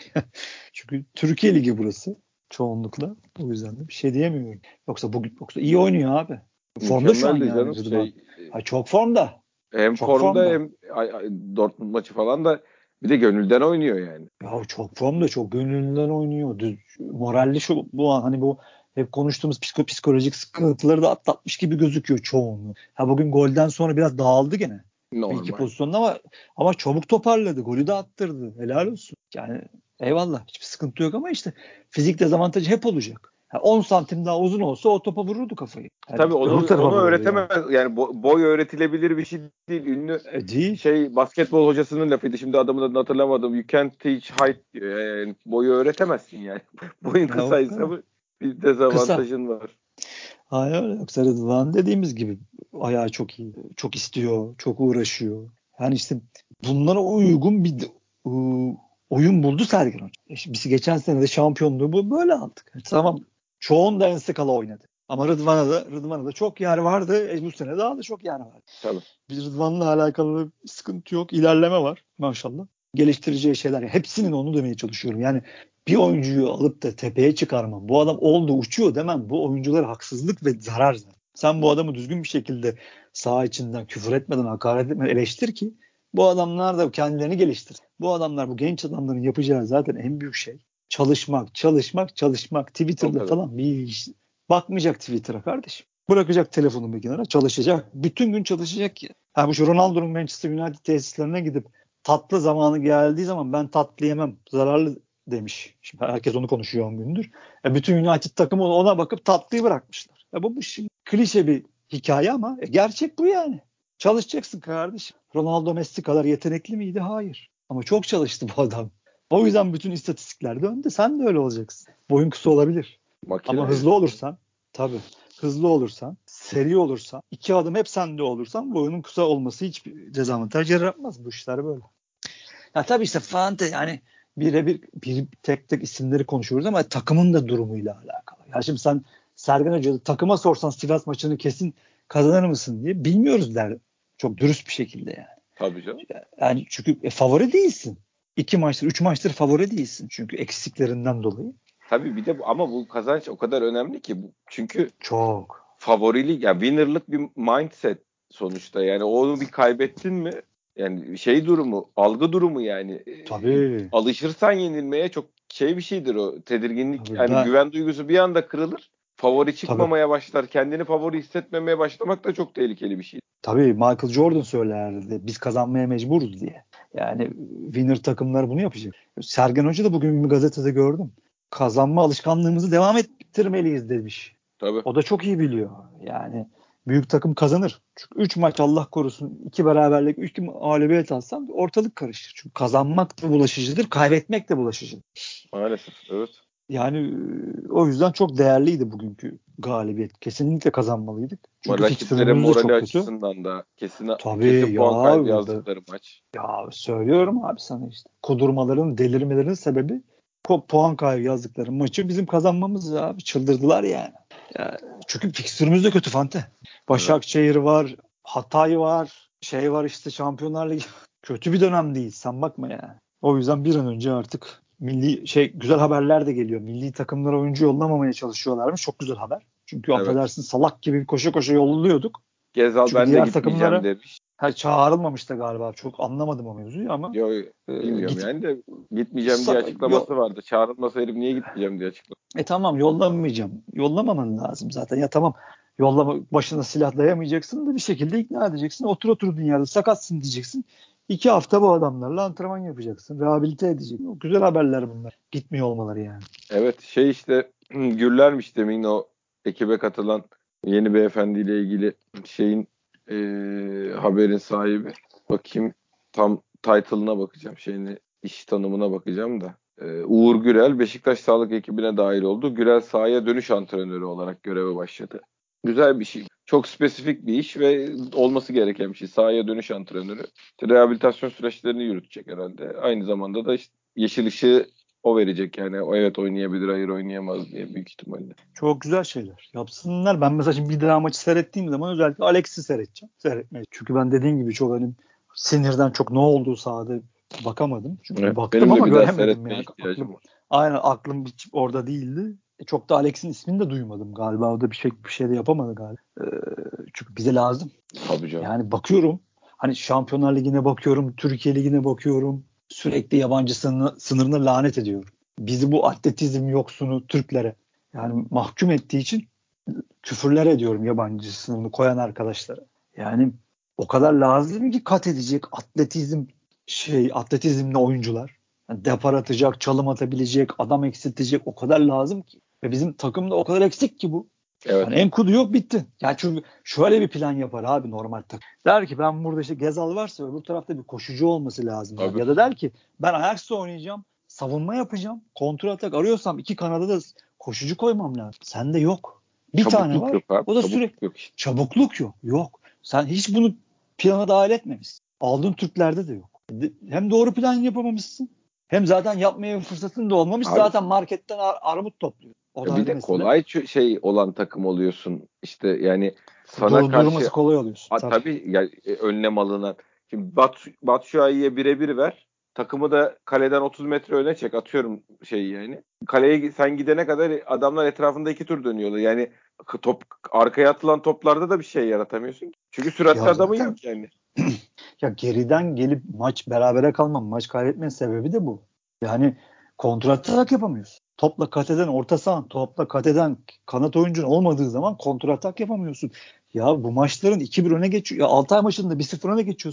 B: Çünkü Türkiye Ligi burası çoğunlukla. O yüzden de bir şey diyemiyorum. Yoksa bugün yoksa iyi oynuyor abi. Formda şu an
A: Mükemmeldi
B: yani
A: canım.
B: Rıdvan.
A: Şey
B: Ha, çok formda.
A: hem
B: Çok
A: formda
B: formda.
A: hem ay- ay- Dortmund maçı falan da bir de gönülden oynuyor yani.
B: Ya çok formda, çok gönlünden oynuyor. Düz, moralli şu bu hani bu hep konuştuğumuz psiko, psikolojik sıkıntıları da atlatmış gibi gözüküyor çoğunluğu. Ha bugün golden sonra biraz dağıldı gene. Bir iki
A: Normal.
B: pozisyonda ama ama çabuk toparladı. Golü de attırdı. Helal olsun. Yani eyvallah. Hiçbir sıkıntı yok ama işte fizik dezavantajı hep olacak. Ha, on santim daha uzun olsa o topa vururdu kafayı. Yani
A: Tabii onu
B: öbür tarafa
A: onu
B: vururdu yani.
A: öğretemez. Yani bo- boy öğretilebilir bir şey değil. Ünlü
B: E, değil.
A: şey basketbol hocasının lafıydı. Şimdi adamın adını hatırlamadım. You can't teach height diyor. Yani boyu öğretemezsin yani. Boyun
B: Ya o
A: kısaysa
B: kadar.
A: bu bir
B: Kısa.
A: dezavantajın var.
B: Hayır öyle. Yoksa Rıdvan dediğimiz gibi ayağı çok iyi. Çok istiyor. Çok uğraşıyor. Yani işte bunlara uygun bir ıı, oyun buldu Sergen Hoca. E şimdi biz geçen sene de şampiyonluğu bu böyle aldık. E tamam. Çoğunda en skala oynadı. Ama Rıdvan'a da Rıdvan'a da çok yer vardı. E bu sene daha da çok yer var.
A: Tabii.
B: Bir Rıdvan'la alakalı bir sıkıntı yok. İlerleme var maşallah. Geliştireceği şeyler. Hepsinin onu demeye çalışıyorum. Yani bir oyuncuyu alıp da tepeye çıkarmam. Bu adam oldu uçuyor demem. Bu oyunculara haksızlık ve zarar. Sen bu adamı düzgün bir şekilde saha içinden küfür etmeden, hakaret etmeden eleştir ki bu adamlar da kendilerini geliştir. Bu adamlar, bu genç adamların yapacağı zaten en büyük şey. Çalışmak, çalışmak, çalışmak.
A: O
B: Twitter'da
A: kadar.
B: falan bir iş. Bakmayacak Twitter'a kardeşim. Bırakacak telefonu bir kenara çalışacak. Bütün gün çalışacak ya. Ha bu şu Ronaldo'nun Manchester United tesislerine gidip tatlı zamanı geldiği zaman ben tatlı yemem, zararlı demiş. Şimdi herkes onu konuşuyor on gündür. E bütün United takımı ona bakıp tatlıyı bırakmışlar. E bu, bu şimdi klişe bir hikaye ama e gerçek bu yani. Çalışacaksın kardeşim. Ronaldo Messi kadar yetenekli miydi? Hayır. Ama çok çalıştı bu adam. O yüzden bütün istatistikler döndü. Sen de öyle olacaksın. Boyun kısa olabilir.
A: Makine
B: Ama hızlı olursan, tabii hızlı olursan, seri olursan, iki adım hep sende olursan boyunun kısa olması hiçbir dezavantaj yaratmaz. Bu işler böyle. Ya tabii işte Fante yani birebir bir tek tek isimleri konuşuyoruz ama takımın da durumuyla alakalı. Ya şimdi sen Sergen Hoca'ya takıma sorsan Sivas maçını kesin kazanır mısın diye bilmiyoruz der. Çok dürüst bir şekilde yani.
A: Tabii canım.
B: Yani çünkü e, favori değilsin. İki maçtır, üç maçtır favori değilsin. Çünkü eksiklerinden dolayı.
A: Tabii bir de bu, ama bu kazanç o kadar önemli ki. Bu, çünkü
B: çok
A: favorilik, yani winner'lık bir mindset sonuçta. Yani onu bir kaybettin mi? Yani şey durumu, algı durumu yani. E,
B: tabii.
A: alışırsan yenilmeye çok şey bir şeydir o. Tedirginlik,
B: Tabii
A: yani
B: ben
A: güven duygusu bir anda kırılır. Favori
B: tabii.
A: çıkmamaya başlar. Kendini favori hissetmemeye başlamak da çok tehlikeli bir şey.
B: Tabii Michael Jordan söylerdi. Biz kazanmaya mecburuz diye. Yani winner takımlar bunu yapacak. Sergen Hoca da bugün bir gazetede gördüm. Kazanma alışkanlığımızı devam ettirmeliyiz demiş.
A: Tabii.
B: O da çok iyi biliyor. Yani büyük takım kazanır. Çünkü üç maç Allah korusun iki beraberlik, üç mağlubiyet alsan ortalık karışır. Çünkü kazanmak da bulaşıcıdır, kaybetmek de bulaşıcıdır.
A: Maalesef. Evet.
B: Yani o yüzden çok değerliydi bugünkü galibiyet. Kesinlikle kazanmalıydık.
A: Ama
B: Çünkü
A: rakiplerin
B: fikstürümüz de
A: morali
B: çok kötü.
A: açısından da kesin kesin
B: Tabii
A: puan
B: ya
A: kaybı yazdıkları maç.
B: ya söylüyorum abi sana işte. Kudurmaların, delirmelerinin sebebi pu- puan kaybı yazdıkları maçı bizim kazanmamız abi. Çıldırdılar yani. Ya, çünkü fikstürümüz de kötü Fante.
A: Evet.
B: Başakşehir var, Hatay var, şey var işte Şampiyonlar Ligi. Kötü bir dönem değil. Sen bakma yani. O yüzden bir an önce artık milli şey güzel haberler de geliyor. Milli takımlara oyuncu yollamamaya çalışıyorlarmış. Çok güzel haber. Çünkü
A: Evet.
B: affedersin salak gibi koşa koşa yolluyorduk.
A: Gezal
B: Çünkü
A: ben de
B: diğer
A: gitmeyeceğim
B: takımlara
A: demiş.
B: ha, çağrılmamış da galiba. Çok anlamadım o mevzuyu ama
A: Yo,
B: e,
A: bilmiyorum
B: git
A: yani de gitmeyeceğim diye
B: sa- yo,
A: açıklaması vardı. Çağrılmasa herif niye gitmeyeceğim diye açıkladı.
B: e tamam yollamayacağım. Yollamaman lazım zaten. Ya tamam yollama başına silah dayamayacaksın da bir şekilde ikna edeceksin. Otur otur dünyada sakatsın diyeceksin. İki hafta bu adamlarla antrenman yapacaksın. Rehabilite edeceksin. O güzel haberler bunlar. Gitmiyor olmaları yani.
A: Evet şey işte Gürler'miş demin o ekibe katılan yeni beyefendiyle ilgili şeyin e, haberin sahibi. Bakayım tam title'ına bakacağım. Şeyini iş tanımına bakacağım da. E, Uğur Gürel Beşiktaş sağlık ekibine dahil oldu. Gürel sahaya dönüş antrenörü olarak göreve başladı. Güzel bir şey. Çok spesifik bir iş ve olması gereken bir şey. Sahaya dönüş antrenörü. İşte rehabilitasyon süreçlerini yürütecek herhalde. Aynı zamanda da işte yeşil ışığı o verecek yani. O evet oynayabilir, hayır oynayamaz diye büyük ihtimalle.
B: Çok güzel şeyler. Yapsınlar. Ben mesela şimdi bir daha maçı seyrettiğim zaman özellikle Alex'i seyredeceğim. Seyretmeye. Çünkü ben dediğim gibi çok hani sinirden çok ne olduğu sahada bakamadım. Çünkü
A: Evet,
B: bir baktım
A: benim de
B: ama
A: bir daha
B: göremedim
A: seyretmeye
B: yani. Aklım
A: ihtiyacım var.
B: aynen aklım hiç orada değildi. E, çok da Alex'in ismini de duymadım galiba. O da bir şey bir şey de yapamadı galiba. Ee, çünkü bize lazım.
A: Tabii canım.
B: Yani bakıyorum. Hani Şampiyonlar Ligi'ne bakıyorum. Türkiye Ligi'ne bakıyorum. Sürekli yabancı sınırına, sınırına lanet ediyorum. Bizi bu atletizm yoksunu Türklere yani mahkum ettiği için küfürler ediyorum yabancı sınırını koyan arkadaşlara. Yani o kadar lazım ki kat edecek atletizm şey atletizmli oyuncular. Yani depar atacak, çalım atabilecek, adam eksiltecek o kadar lazım ki. Ve bizim takımda o kadar eksik ki bu. Yani
A: Evet.
B: Enkudu yok bitti. Yani çünkü şöyle bir plan yapar abi normal takım. Der ki ben burada işte Gezal varsa öbür tarafta bir koşucu olması lazım. Der.
A: Tabii.
B: Ya da der ki ben Ajax'la oynayacağım. Savunma yapacağım. Kontra atak arıyorsam iki kanada da koşucu koymam lazım. Sende yok. Bir tane
A: Çabukluk
B: var.
A: yok abi.
B: O da sürekli
A: Çabukluk yok işte.
B: çabukluk yok. Yok. Sen hiç bunu plana dahil etmemişsin. Aldığın Türklerde de yok. Hem doğru plan yapamamışsın. Hem zaten yapmaya fırsatın da olmamış.
A: Abi
B: Zaten marketten ar- armut topluyor. O da
A: ya bir
B: ayrı
A: de
B: mesele.
A: kolay ç- şey olan takım oluyorsun. İşte yani sana
B: Dur,
A: karşı
B: durması kolay oluyorsun.
A: a,
B: Tabii.
A: tabii yani, e, önlem alınan. Şimdi Bat Batshuayi'ye birebir ver. Takımı da kaleden otuz metre öne çek. Atıyorum şeyi yani. Kaleye sen gidene kadar adamlar etrafında iki tur dönüyorlar. Yani top arkaya atılan toplarda da bir şey yaratamıyorsun ki. Çünkü süratli
B: Ya
A: adamı
B: zaten
A: yok yani.
B: ya geriden gelip maç berabere kalmam, maç kaybetmenin sebebi de bu. Yani kontratak yapamıyorsun. Topla kat eden orta sahan, topla kat eden kanat oyuncun olmadığı zaman kontratak yapamıyorsun. Ya bu maçların iki bir öne geçiyor. Ya Altay maçında bir sıfır öne geçiyorsun.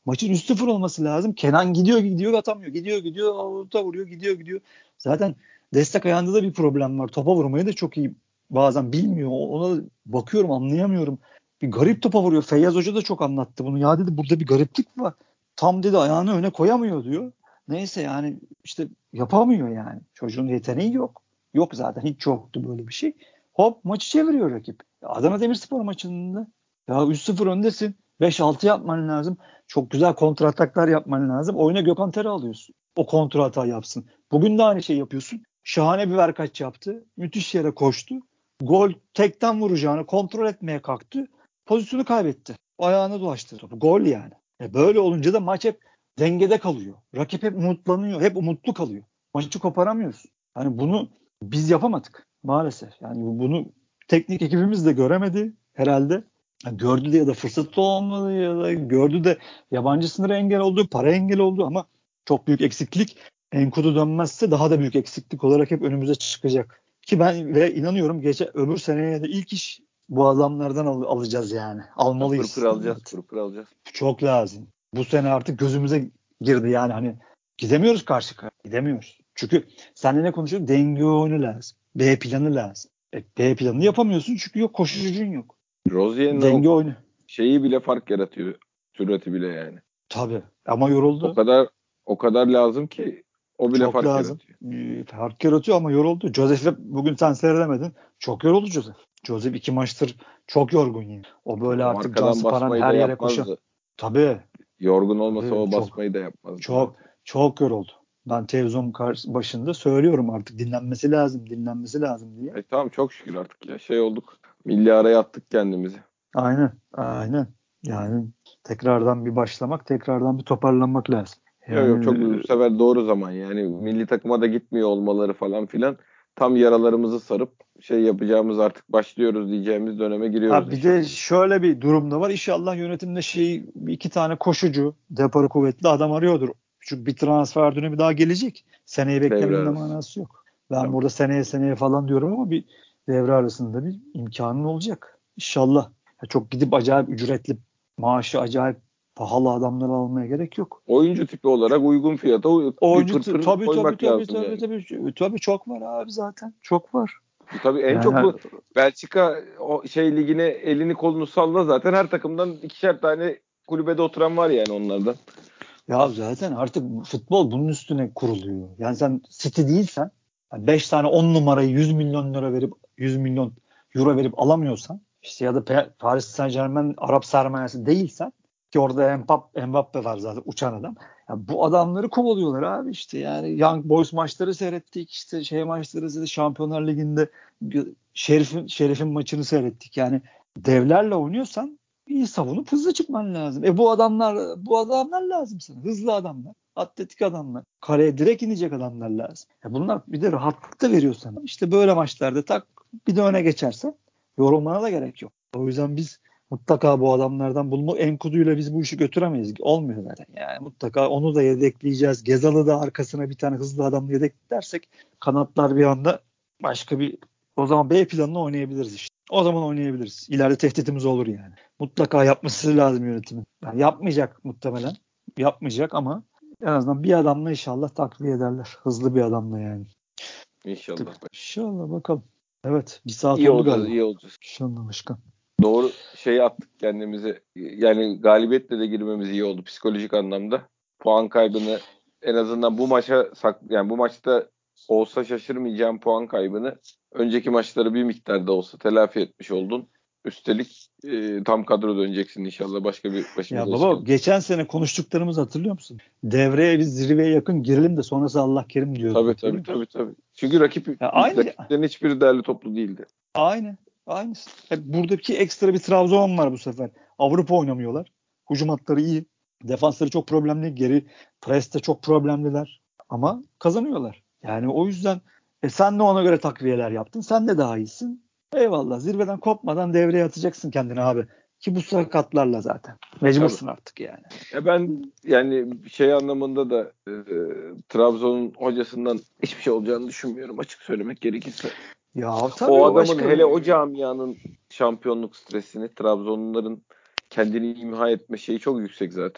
B: Maçın üç sıfır olması lazım. Kenan gidiyor gidiyor atamıyor. Gidiyor gidiyor avuta vuruyor gidiyor gidiyor. Zaten destek ayağında da bir problem var. Topa vurmayı da çok iyi bazen bilmiyor. Ona bakıyorum anlayamıyorum. Bir garip topa vuruyor. Feyyaz Hoca da çok anlattı bunu. Ya dedi burada bir gariplik var. Tam dedi ayağını öne koyamıyor diyor. Neyse yani işte yapamıyor yani. Çocuğun yeteneği yok. Yok zaten hiç yoktu böyle bir şey. Hop maçı çeviriyor rakip. Adana Demirspor maçında ya üç sıfır öndesin. beş altı yapman lazım. Çok güzel kontra ataklar yapman lazım. Oyuna Gökhan Tere alıyorsun. O kontra atağı yapsın. Bugün de aynı şey yapıyorsun. Şahane bir verkaç yaptı. Müthiş yere koştu. Gol tekten vuracağını kontrol etmeye kalktı. Pozisyonu kaybetti. Ayağına dolaştı topu. Gol yani. E böyle olunca da maç hep dengede kalıyor. Rakip hep umutlanıyor. Hep umutlu kalıyor. Maçı koparamıyorsun. Yani bunu biz yapamadık maalesef. Yani bunu teknik ekibimiz de göremedi herhalde. Yani gördü de ya da fırsatı olmadı ya da gördü de yabancı sınırı engel oldu, para engel oldu ama çok büyük eksiklik. Enkudu dönmezse daha da büyük eksiklik olarak hep önümüze çıkacak. Ki ben ve inanıyorum gece öbür seneye de ilk iş bu adamlardan al- alacağız yani.
A: Pır pır
B: Almalıyız.
A: alacağız.
B: Evet.
A: Pır pır alacağız.
B: Çok lazım. Bu sene artık gözümüze girdi yani hani gidemiyoruz karşı karşıya. Gidemiyoruz. Çünkü seninle ne konuşuyoruz? Denge oyunu lazım. B planı lazım. E, B planını yapamıyorsun çünkü yok koşucucun yok.
A: Rozier'in o
B: Denge oyunu.
A: şeyi bile fark yaratıyor. Sürati bile yani.
B: Tabii. Ama
A: O
B: yoruldu.
A: kadar o kadar lazım ki o bile
B: Çok
A: fark
B: lazım.
A: yaratıyor.
B: Ee, fark yaratıyor ama yoruldu. Joseph'e bugün sen seyredemedin. Çok yoruldu Joseph. Joseph iki maçtır çok yorgun yani. O böyle
A: O
B: artık can
A: arkadan
B: sıparan
A: basmayı
B: her
A: da
B: yere koşan.
A: yapmazdı.
B: Tabii.
A: Yorgun olmasa
B: Tabii.
A: o
B: Çok.
A: basmayı da yapmazdı
B: Çok.
A: zaten.
B: Çok yoruldu. Ben televizyon karşı- başında söylüyorum artık dinlenmesi lazım, dinlenmesi lazım diye.
A: E tamam çok şükür artık ya şey olduk. Milli araya attık kendimizi.
B: Aynen. Aynen. Yani tekrardan bir başlamak, tekrardan bir toparlanmak lazım.
A: Yok yok çok
B: Yani
A: bu sefer doğru zaman yani milli takıma da gitmiyor olmaları falan filan tam yaralarımızı sarıp şey yapacağımız artık başlıyoruz diyeceğimiz döneme giriyoruz
B: ha bir
A: inşallah.
B: de şöyle bir durum da var. İnşallah yönetimde şey iki tane koşucu, deparı kuvvetli adam arıyordur. Çünkü bir transfer dönemi daha gelecek. Seneyi
A: Devre
B: beklemenin de
A: arası.
B: manası yok. Ben
A: Tabii.
B: burada seneye seneye falan diyorum ama bir devre arasında bir imkanın olacak. İnşallah. Ya çok gidip acayip ücretli, maaşı acayip pahalı adamları almaya gerek yok.
A: Oyuncu tipi olarak uygun fiyata uy- bir
B: Oyuncu t-
A: pırpır
B: tabii tabii
A: koymak
B: tabii
A: lazım
B: tabii
A: yani.
B: tabii tabii çok var abi zaten. Çok var.
A: Tabii en çok
B: Yani
A: bu Belçika o şey ligine elini kolunu salla zaten her takımdan ikişer tane kulübede oturan var yani onlardan.
B: ya zaten artık futbol bunun üstüne kuruluyor. Yani sen City değilsen beş tane on numarayı yüz milyon lira verip yüz milyon euro verip alamıyorsan işte ya da Pe- Paris Saint-Germain Arap sermayesi değilsen ki orada Mbappe, Mbappe var zaten uçan adam. Ya bu adamları kovalıyorlar abi işte yani Young Boys maçları seyrettik işte şey maçları izledik Şampiyonlar Ligi'nde Şerif'in Şerif'in maçını seyrettik. Yani devlerle oynuyorsan iyi savunup hızlı çıkman lazım. E bu adamlar bu adamlar lazım sana. Hızlı adamlar, atletik adamlar, kaleye direkt inecek adamlar lazım. E bunlar bir de rahatlık da veriyor sana. İşte böyle maçlarda tak bir de öne geçersen yorulmana da gerek yok. O yüzden biz mutlaka bu adamlardan bulma Enkudu'yla biz bu işi götüremeyiz. Olmuyor zaten. Yani mutlaka onu da yedekleyeceğiz. Gezal'ı da arkasına bir tane hızlı adamı yedeklersek kanatlar bir anda başka bir o zaman B planını oynayabiliriz işte. O zaman oynayabiliriz. İleride tehditimiz olur yani. Mutlaka yapması lazım yönetimin. Yani yapmayacak muhtemelen. Yapmayacak ama en azından bir adamla inşallah takviye ederler. Hızlı bir adamla yani.
A: İnşallah.
B: İnşallah bakalım. Evet bir saat
A: İyi
B: oldu
A: olacağız,
B: galiba.
A: iyi olacağız.
B: İnşallah başkan.
A: Doğru şey attık kendimizi. Yani galibiyetle de girmemiz iyi oldu psikolojik anlamda. Puan kaybını en azından bu maça sak yani bu maçta olsa şaşırmayacağım puan kaybını önceki maçları bir miktarda olsa telafi etmiş oldun. Üstelik e, tam kadro döneceksin inşallah. Başka bir başımıza
B: Ya
A: iş
B: baba
A: gelir.
B: geçen sene konuştuklarımızı hatırlıyor musun? Devreye biz zirveye yakın girelim de sonrası Allah kerim diyordun
A: Tabii
B: hatırlıyor
A: tabii
B: musun?
A: tabii tabii. Çünkü rakip
B: Ya aynı
A: rakiplerin hiçbiri değerli toplu değildi.
B: aynı aynı. Hep buradaki ekstra bir Trabzon var bu sefer. Avrupa oynamıyorlar. Hücum hatları iyi. Defansları çok problemli. Geri preste çok problemliler. Ama kazanıyorlar. Yani o yüzden e sen de ona göre takviyeler yaptın. Sen de daha iyisin. Eyvallah. Zirveden kopmadan devreye atacaksın kendini abi. Ki bu sakatlarla zaten.
A: Tabii.
B: Mecbursun artık yani.
A: Ya ben yani şey anlamında da e, Trabzon'un hocasından hiçbir şey olacağını düşünmüyorum açık söylemek gerekirse.
B: Ya tabii
A: O
B: o
A: adamın
B: başka.
A: hele o camianın şampiyonluk stresini Trabzonluların kendini imha etme şeyi çok yüksek zaten.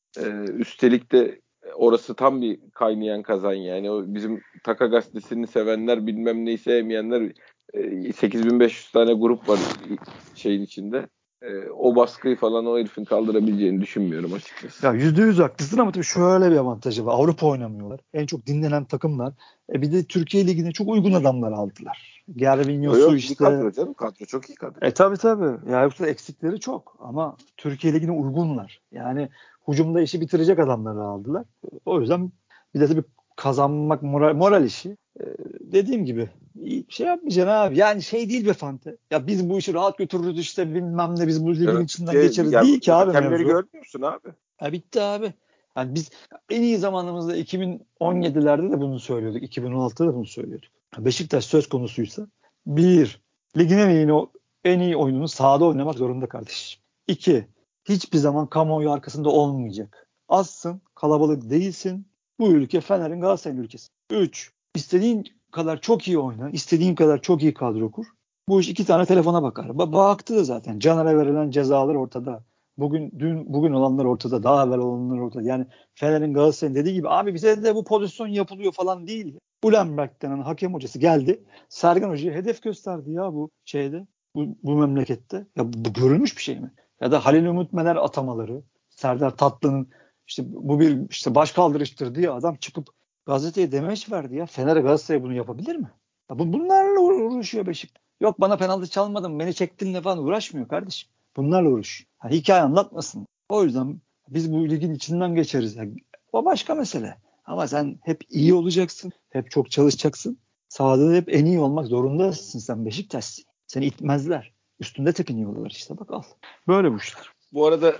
A: Ee, üstelik de orası tam bir kaynayan kazan yani. O bizim Taka gazetesini sevenler, bilmem neyi sevmeyenler, e, sekiz bin beş yüz tane grup var şeyin içinde. E, o baskıyı falan o herifin kaldırabileceğini düşünmüyorum açıkçası.
B: Ya yüzde yüz haklısın ama tabii şöyle bir avantajı var. Avrupa oynamıyorlar. En çok dinlenen takımlar. E bir de Türkiye Ligi'ne çok uygun adamlar aldılar. Gervinho'su
A: Yok, iyi
B: işte.
A: kadro canım. Kadro çok iyi kadro.
B: E tabii tabii. Ya yoksa eksikleri çok. Ama Türkiye Ligi'ne uygunlar. Yani hücumda işi bitirecek adamları aldılar. O yüzden bir de tabii kazanmak moral, moral işi. Ee, dediğim gibi şey yapmayacaksın abi. Yani şey değil be Fante. Ya biz bu işi rahat götürürüz işte bilmem ne biz bu ligin
A: Evet.
B: içinden
A: Şey,
B: geçeriz.
A: ya,
B: Değil ki abi
A: hakemleri
B: mevzu.
A: görmüyor musun abi?
B: Ya bitti abi. Yani biz en iyi zamanımızda iki bin on yedilerde de bunu söylüyorduk. iki bin on altıda da bunu söylüyorduk. Beşiktaş söz konusuysa bir, ligin en iyi, en iyi oyununu sahada oynamak zorunda kardeşim. İki, hiçbir zaman kamuoyu arkasında olmayacak. Azsın, kalabalık değilsin. Bu ülke Fener'in Galatasaray'ın ülkesi. Üç, istediğin kadar çok iyi oyna, istediğin kadar çok iyi kadro kur. Bu iş iki tane telefona bakar. Ba- baktı da zaten. Caner'e verilen cezalar ortada. Bugün dün bugün olanlar ortada, daha evvel olanlar ortada. Yani Fener'in Galatasaray'ın dediği gibi abi bize de bu pozisyon yapılıyor falan değil. Ulenberg denen hakem hocası geldi. Sergen Hoca'ya hedef gösterdi ya bu şeyde, bu, bu memlekette. Ya bu görülmüş bir şey mi? Ya da Halil Umut Meler atamaları, Serdar Tatlı'nın işte bu bir işte baş kaldırıştır diye adam çıkıp gazeteye demeç verdi ya. Fener Galatasaray bunu yapabilir mi? Ya bu, bunlarla uğraşıyor Beşiktaş. Yok bana penaltı çalmadın, beni çektinle falan uğraşmıyor kardeşim. Bunlarla uğraş. Yani hikaye anlatmasın. O yüzden biz bu ligin içinden geçeriz. Yani o başka mesele. Ama sen hep iyi olacaksın. Hep çok çalışacaksın. Sahada da hep en iyi olmak zorundasın sen Beşiktaş'sın. Seni itmezler. Üstünde tepiniyorlar işte bak al. Böyle bu işler.
A: Bu arada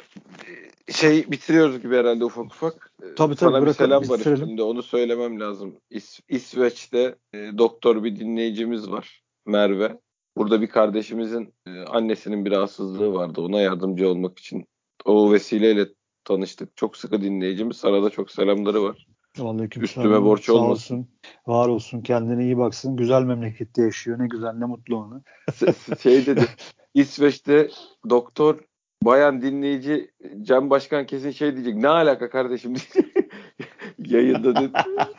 A: şey bitiriyoruz gibi herhalde ufak ufak.
B: Tabii tabii
A: Sana bir
B: bırakalım
A: selam var
B: bitirelim.
A: üstümde. Onu söylemem lazım. İs- İsveç'te e, doktor bir dinleyicimiz var. Merve. Burada bir kardeşimizin e, annesinin bir rahatsızlığı vardı. Ona yardımcı olmak için o vesileyle tanıştık. Çok sıkı dinleyicimiz. Sana da çok selamları var. Üstüme
B: Aleykümselam.
A: borç
B: Sağ
A: olmasın.
B: olsun. Var olsun. Kendine iyi baksın. Güzel memlekette yaşıyor. Ne güzel ne mutlu ona.
A: Şey dedi. İsveç'te doktor bayan dinleyici Cem Başkan kesin şey diyecek. Ne alaka kardeşim diyecek. Yayında dedi.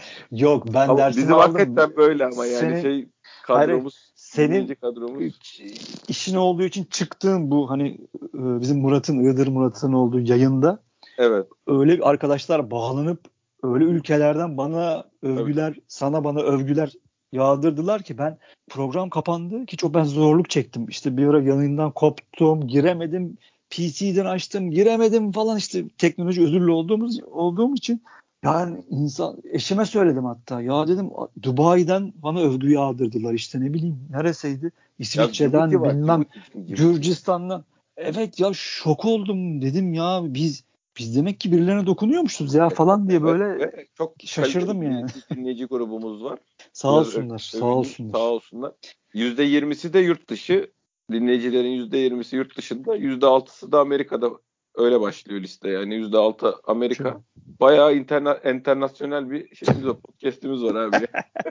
B: Yok ben
A: Ama
B: dersimi
A: bizim
B: aldım.
A: hakikaten böyle ama yani
B: Senin
A: şey
B: hayır
A: kadromuz, dinleyici
B: senin
A: kadromuz.
B: işin olduğu için çıktığın bu hani e, bizim Murat'ın Iğdır Murat'ın olduğu yayında
A: Evet.
B: öyle arkadaşlar bağlanıp öyle ülkelerden bana
A: Tabii tabii.
B: övgüler, sana bana övgüler yağdırdılar ki ben program kapandı ki çok ben zorluk çektim. İşte bir ara yanından koptum, giremedim. P C'den açtım, giremedim falan işte teknoloji özürlü olduğumuz olduğum için yani insan eşime söyledim hatta. Ya dedim Dubai'den bana övgü yağdırdılar işte ne bileyim neresiydi?
A: Ya Cibuti
B: İsviçre'den
A: var.
B: bilmem
A: Cibuti. Cibuti.
B: Gürcistan'dan. Evet ya şok oldum dedim ya biz biz demek ki birilerine dokunuyormuşuz ya falan diye
A: Evet
B: böyle
A: ve çok kaliteli
B: şaşırdım yani.
A: dinleyici, dinleyici grubumuz var.
B: Sağ
A: Biraz ö-
B: olsunlar, sağ
A: övüneyim. Sağ
B: olsunlar.
A: olsunlar. yüzde yirmisi de yurt dışı. Dinleyicilerin yüzde yirmisi yurt dışında. yüzde altısı da Amerika'da, öyle başlıyor liste. Yani yüzde altı
B: Çok
A: Amerika. Bayağı interna internasyonel bir şeyimiz var. Podcast'imiz var abi.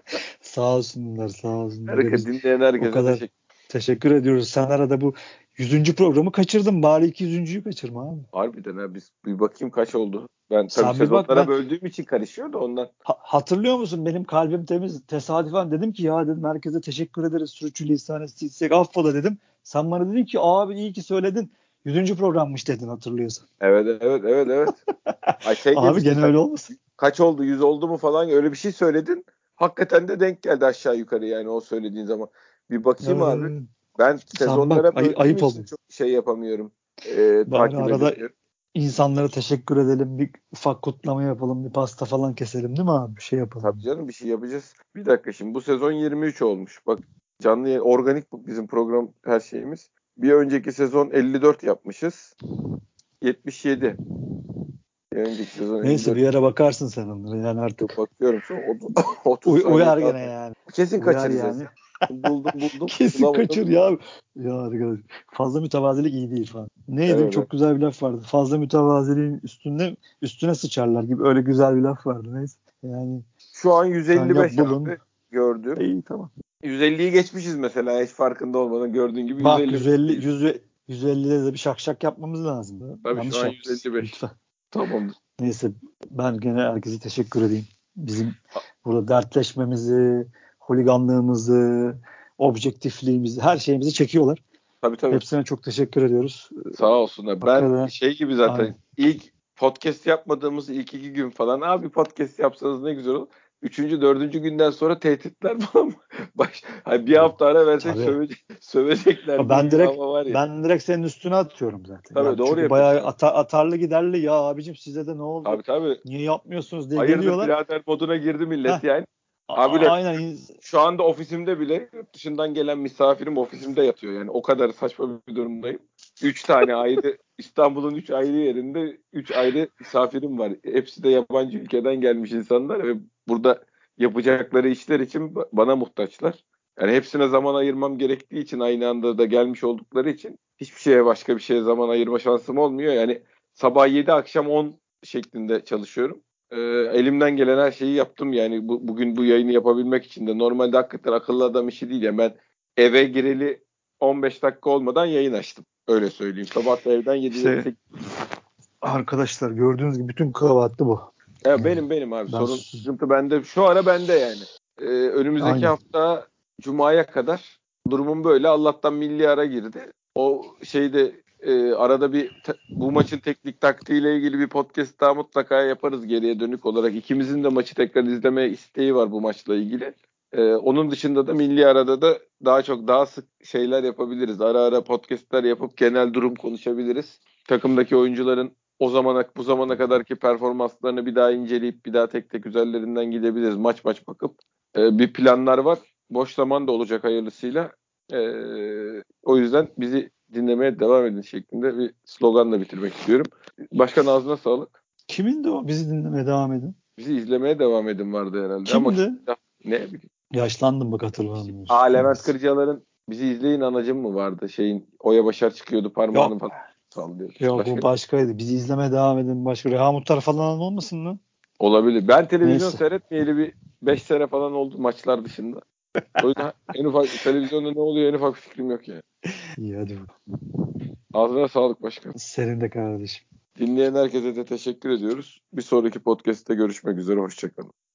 B: sağ olsunlar, sağ olsunlar. Ya
A: Herkes,
B: biz
A: dinleyen
B: o
A: herkese
B: kadar
A: teşekkür.
B: teşekkür ediyoruz. Sen arada bu yüzüncü programı kaçırdın. Bari iki yüzüncüyü kaçırma abi.
A: Harbiden ha, biz bir bakayım kaç oldu. Ben tabii
B: Sen bir bak
A: sezonlara
B: ben
A: böldüğüm için karışıyor da ondan.
B: ha- hatırlıyor musun benim kalbim temiz. Tesadüfen dedim ki ya dedim herkese teşekkür ederiz. Sürçülisan ettiysek affola dedim. Sen bana dedin ki abi iyi ki söyledin. Yüzüncü programmış dedin hatırlıyorsan.
A: Evet evet evet evet. Ay şey
B: Abi
A: demiştin
B: gene
A: sen,
B: öyle olmasın?
A: kaç oldu, yüz oldu mu falan, öyle bir şey söyledin. Hakikaten de denk geldi aşağı yukarı yani o söylediğin zaman. Bir bakayım
B: Evet,
A: abi.
B: evet.
A: Ben
B: Sen bak
A: sezonlara
B: ay-
A: böldüğüm
B: ayıp
A: için
B: oldu.
A: çok şey yapamıyorum. Ee,
B: Bari
A: takip
B: arada
A: edemiyorum.
B: insanlara teşekkür edelim. Bir ufak kutlama yapalım. Bir pasta falan keselim değil mi abi? Bir şey
A: Tabii
B: yapalım.
A: canım, bir şey yapacağız. Bir dakika, şimdi bu sezon yirmi üç olmuş. Bak, canlı yayın, organik bu bizim program, her şeyimiz. Bir önceki sezon elli dört yapmışız. yetmiş yedi. Bir önceki sezon
B: Neyse
A: elli dört.
B: bir yere bakarsın sen onlara yani artık.
A: Bakıyorum şu otuz
B: Uy-
A: saniye
B: uyar
A: daha.
B: gene yani.
A: Kesin
B: Uyar
A: kaçıracağız
B: yani.
A: ya. Buldum buldum.
B: Kesin
A: Bulamadım.
B: kaçır ya. Ya arkadaş. Fazla mütevazilik iyi değil falan. Neydi?
A: Evet, evet.
B: Çok güzel bir laf vardı. Fazla mütevaziliğin üstünde üstüne sıçarlar gibi öyle güzel bir laf vardı. Neyse. Yani
A: Şu an
B: sen yap
A: yüz elli beş
B: bulun.
A: abi gördüm.
B: İyi tamam.
A: yüz elliyi geçmişiz mesela, hiç farkında olmadan, gördüğün gibi
B: Bak
A: yüz elli
B: yüz elli
A: beşteyiz.
B: yüz, yüz ellide de bir şak şak yapmamız lazım.
A: Tabii şu
B: Yanlış
A: an
B: yapmışsın.
A: yüz elli beş.
B: Lütfen.
A: Tamamdır.
B: Neyse ben gene herkese teşekkür edeyim. Bizim burada dertleşmemizi, holiganlığımızı, objektifliğimizi, her şeyimizi çekiyorlar.
A: Tabii tabii.
B: Hepsine çok teşekkür ediyoruz.
A: Sağ olsunlar. Ben
B: Hakikaten,
A: şey gibi zaten
B: aynen.
A: ilk podcast yapmadığımız ilk iki gün falan abi podcast yapsanız ne güzel olur. Üçüncü, dördüncü günden sonra tehditler falan baş. Hani bir hafta ara versek
B: Tabii.
A: sövecek, sövecekler diye
B: Ben
A: bir
B: direkt
A: hava var ya.
B: ben direkt senin üstüne atıyorum zaten.
A: Tabii
B: Yani
A: doğru
B: çünkü
A: yapıyorsun
B: bayağı
A: abi.
B: ata- atarlı giderli ya abicim size de ne oldu?
A: Tabii tabii.
B: Niye yapmıyorsunuz diye
A: Hayırdır
B: geliyorlar.
A: birader moduna girdi millet
B: Heh,
A: yani.
B: a-
A: Abi de
B: a- aynen.
A: şu anda ofisimde bile yurt dışından gelen misafirim ofisimde yatıyor yani. O kadar saçma bir durumdayım. Üç tane ayrı İstanbul'un üç ayrı yerinde üç ayrı misafirim var. Hepsi de yabancı ülkeden gelmiş insanlar ve burada yapacakları işler için ba- bana muhtaçlar. Yani hepsine zaman ayırmam gerektiği için aynı anda da gelmiş oldukları için hiçbir şeye başka bir şeye zaman ayırma şansım olmuyor. Yani sabah yedi akşam on şeklinde çalışıyorum. Ee, elimden gelen her şeyi yaptım yani bu, bugün bu yayını yapabilmek için de normalde hakikaten akıllı adam işi değil yani ben eve gireli on beş dakika olmadan yayın açtım. Öyle söyleyeyim. Sabah da evden yedileri
B: İşte
A: sekiz.
B: arkadaşlar gördüğünüz gibi bütün kabahatli bu.
A: Ya benim benim abi
B: Ben
A: sorun sıkıntı bende. Şu ara bende yani. Ee, önümüzdeki
B: aynen.
A: hafta Cuma'ya kadar durumum böyle. Allah'tan milli ara girdi. O şeyde e, arada bir te- bu maçın teknik taktiğiyle ilgili bir podcast daha mutlaka yaparız geriye dönük olarak. İkimizin de maçı tekrar izleme isteği var bu maçla ilgili. Ee, onun dışında da milli arada da daha çok daha sık şeyler yapabiliriz. Ara ara podcastler yapıp genel durum konuşabiliriz. Takımdaki oyuncuların o zamana bu zamana kadarki performanslarını bir daha inceleyip bir daha tek tek üzerlerinden gidebiliriz. Maç maç bakıp e, bir planlar var. Boş zaman da olacak hayırlısıyla. E, o yüzden bizi dinlemeye devam edin şeklinde bir sloganla bitirmek istiyorum. Başkan ağzına sağlık.
B: Kimin de o? Bizi dinlemeye devam edin.
A: Bizi izlemeye devam edin vardı herhalde ama
B: Kimdi?
A: ne bileyim.
B: Yaşlandım bak hatırlamıyorum.
A: Aa, Levent Kırcalar'ın bizi izleyin anacım mı vardı? Şeyin Oya Başar çıkıyordu parmağını
B: Yok.
A: falan sallıyordu.
B: Yok
A: Başka
B: o başkaydı. Bizi izlemeye devam edin. Başka Reha Muhtar falan olmasın lan?
A: olabilir. Ben televizyon
B: Neyse.
A: seyretmeyeli bir beş sene falan oldu maçlar dışında. O yüzden en ufak televizyonda ne oluyor en ufak fikrim yok yani.
B: İyi hadi bakalım.
A: Ağzına sağlık başkan.
B: Senin de kardeşim.
A: Dinleyen herkese de teşekkür ediyoruz. Bir sonraki podcast'te görüşmek üzere. Hoşçakalın.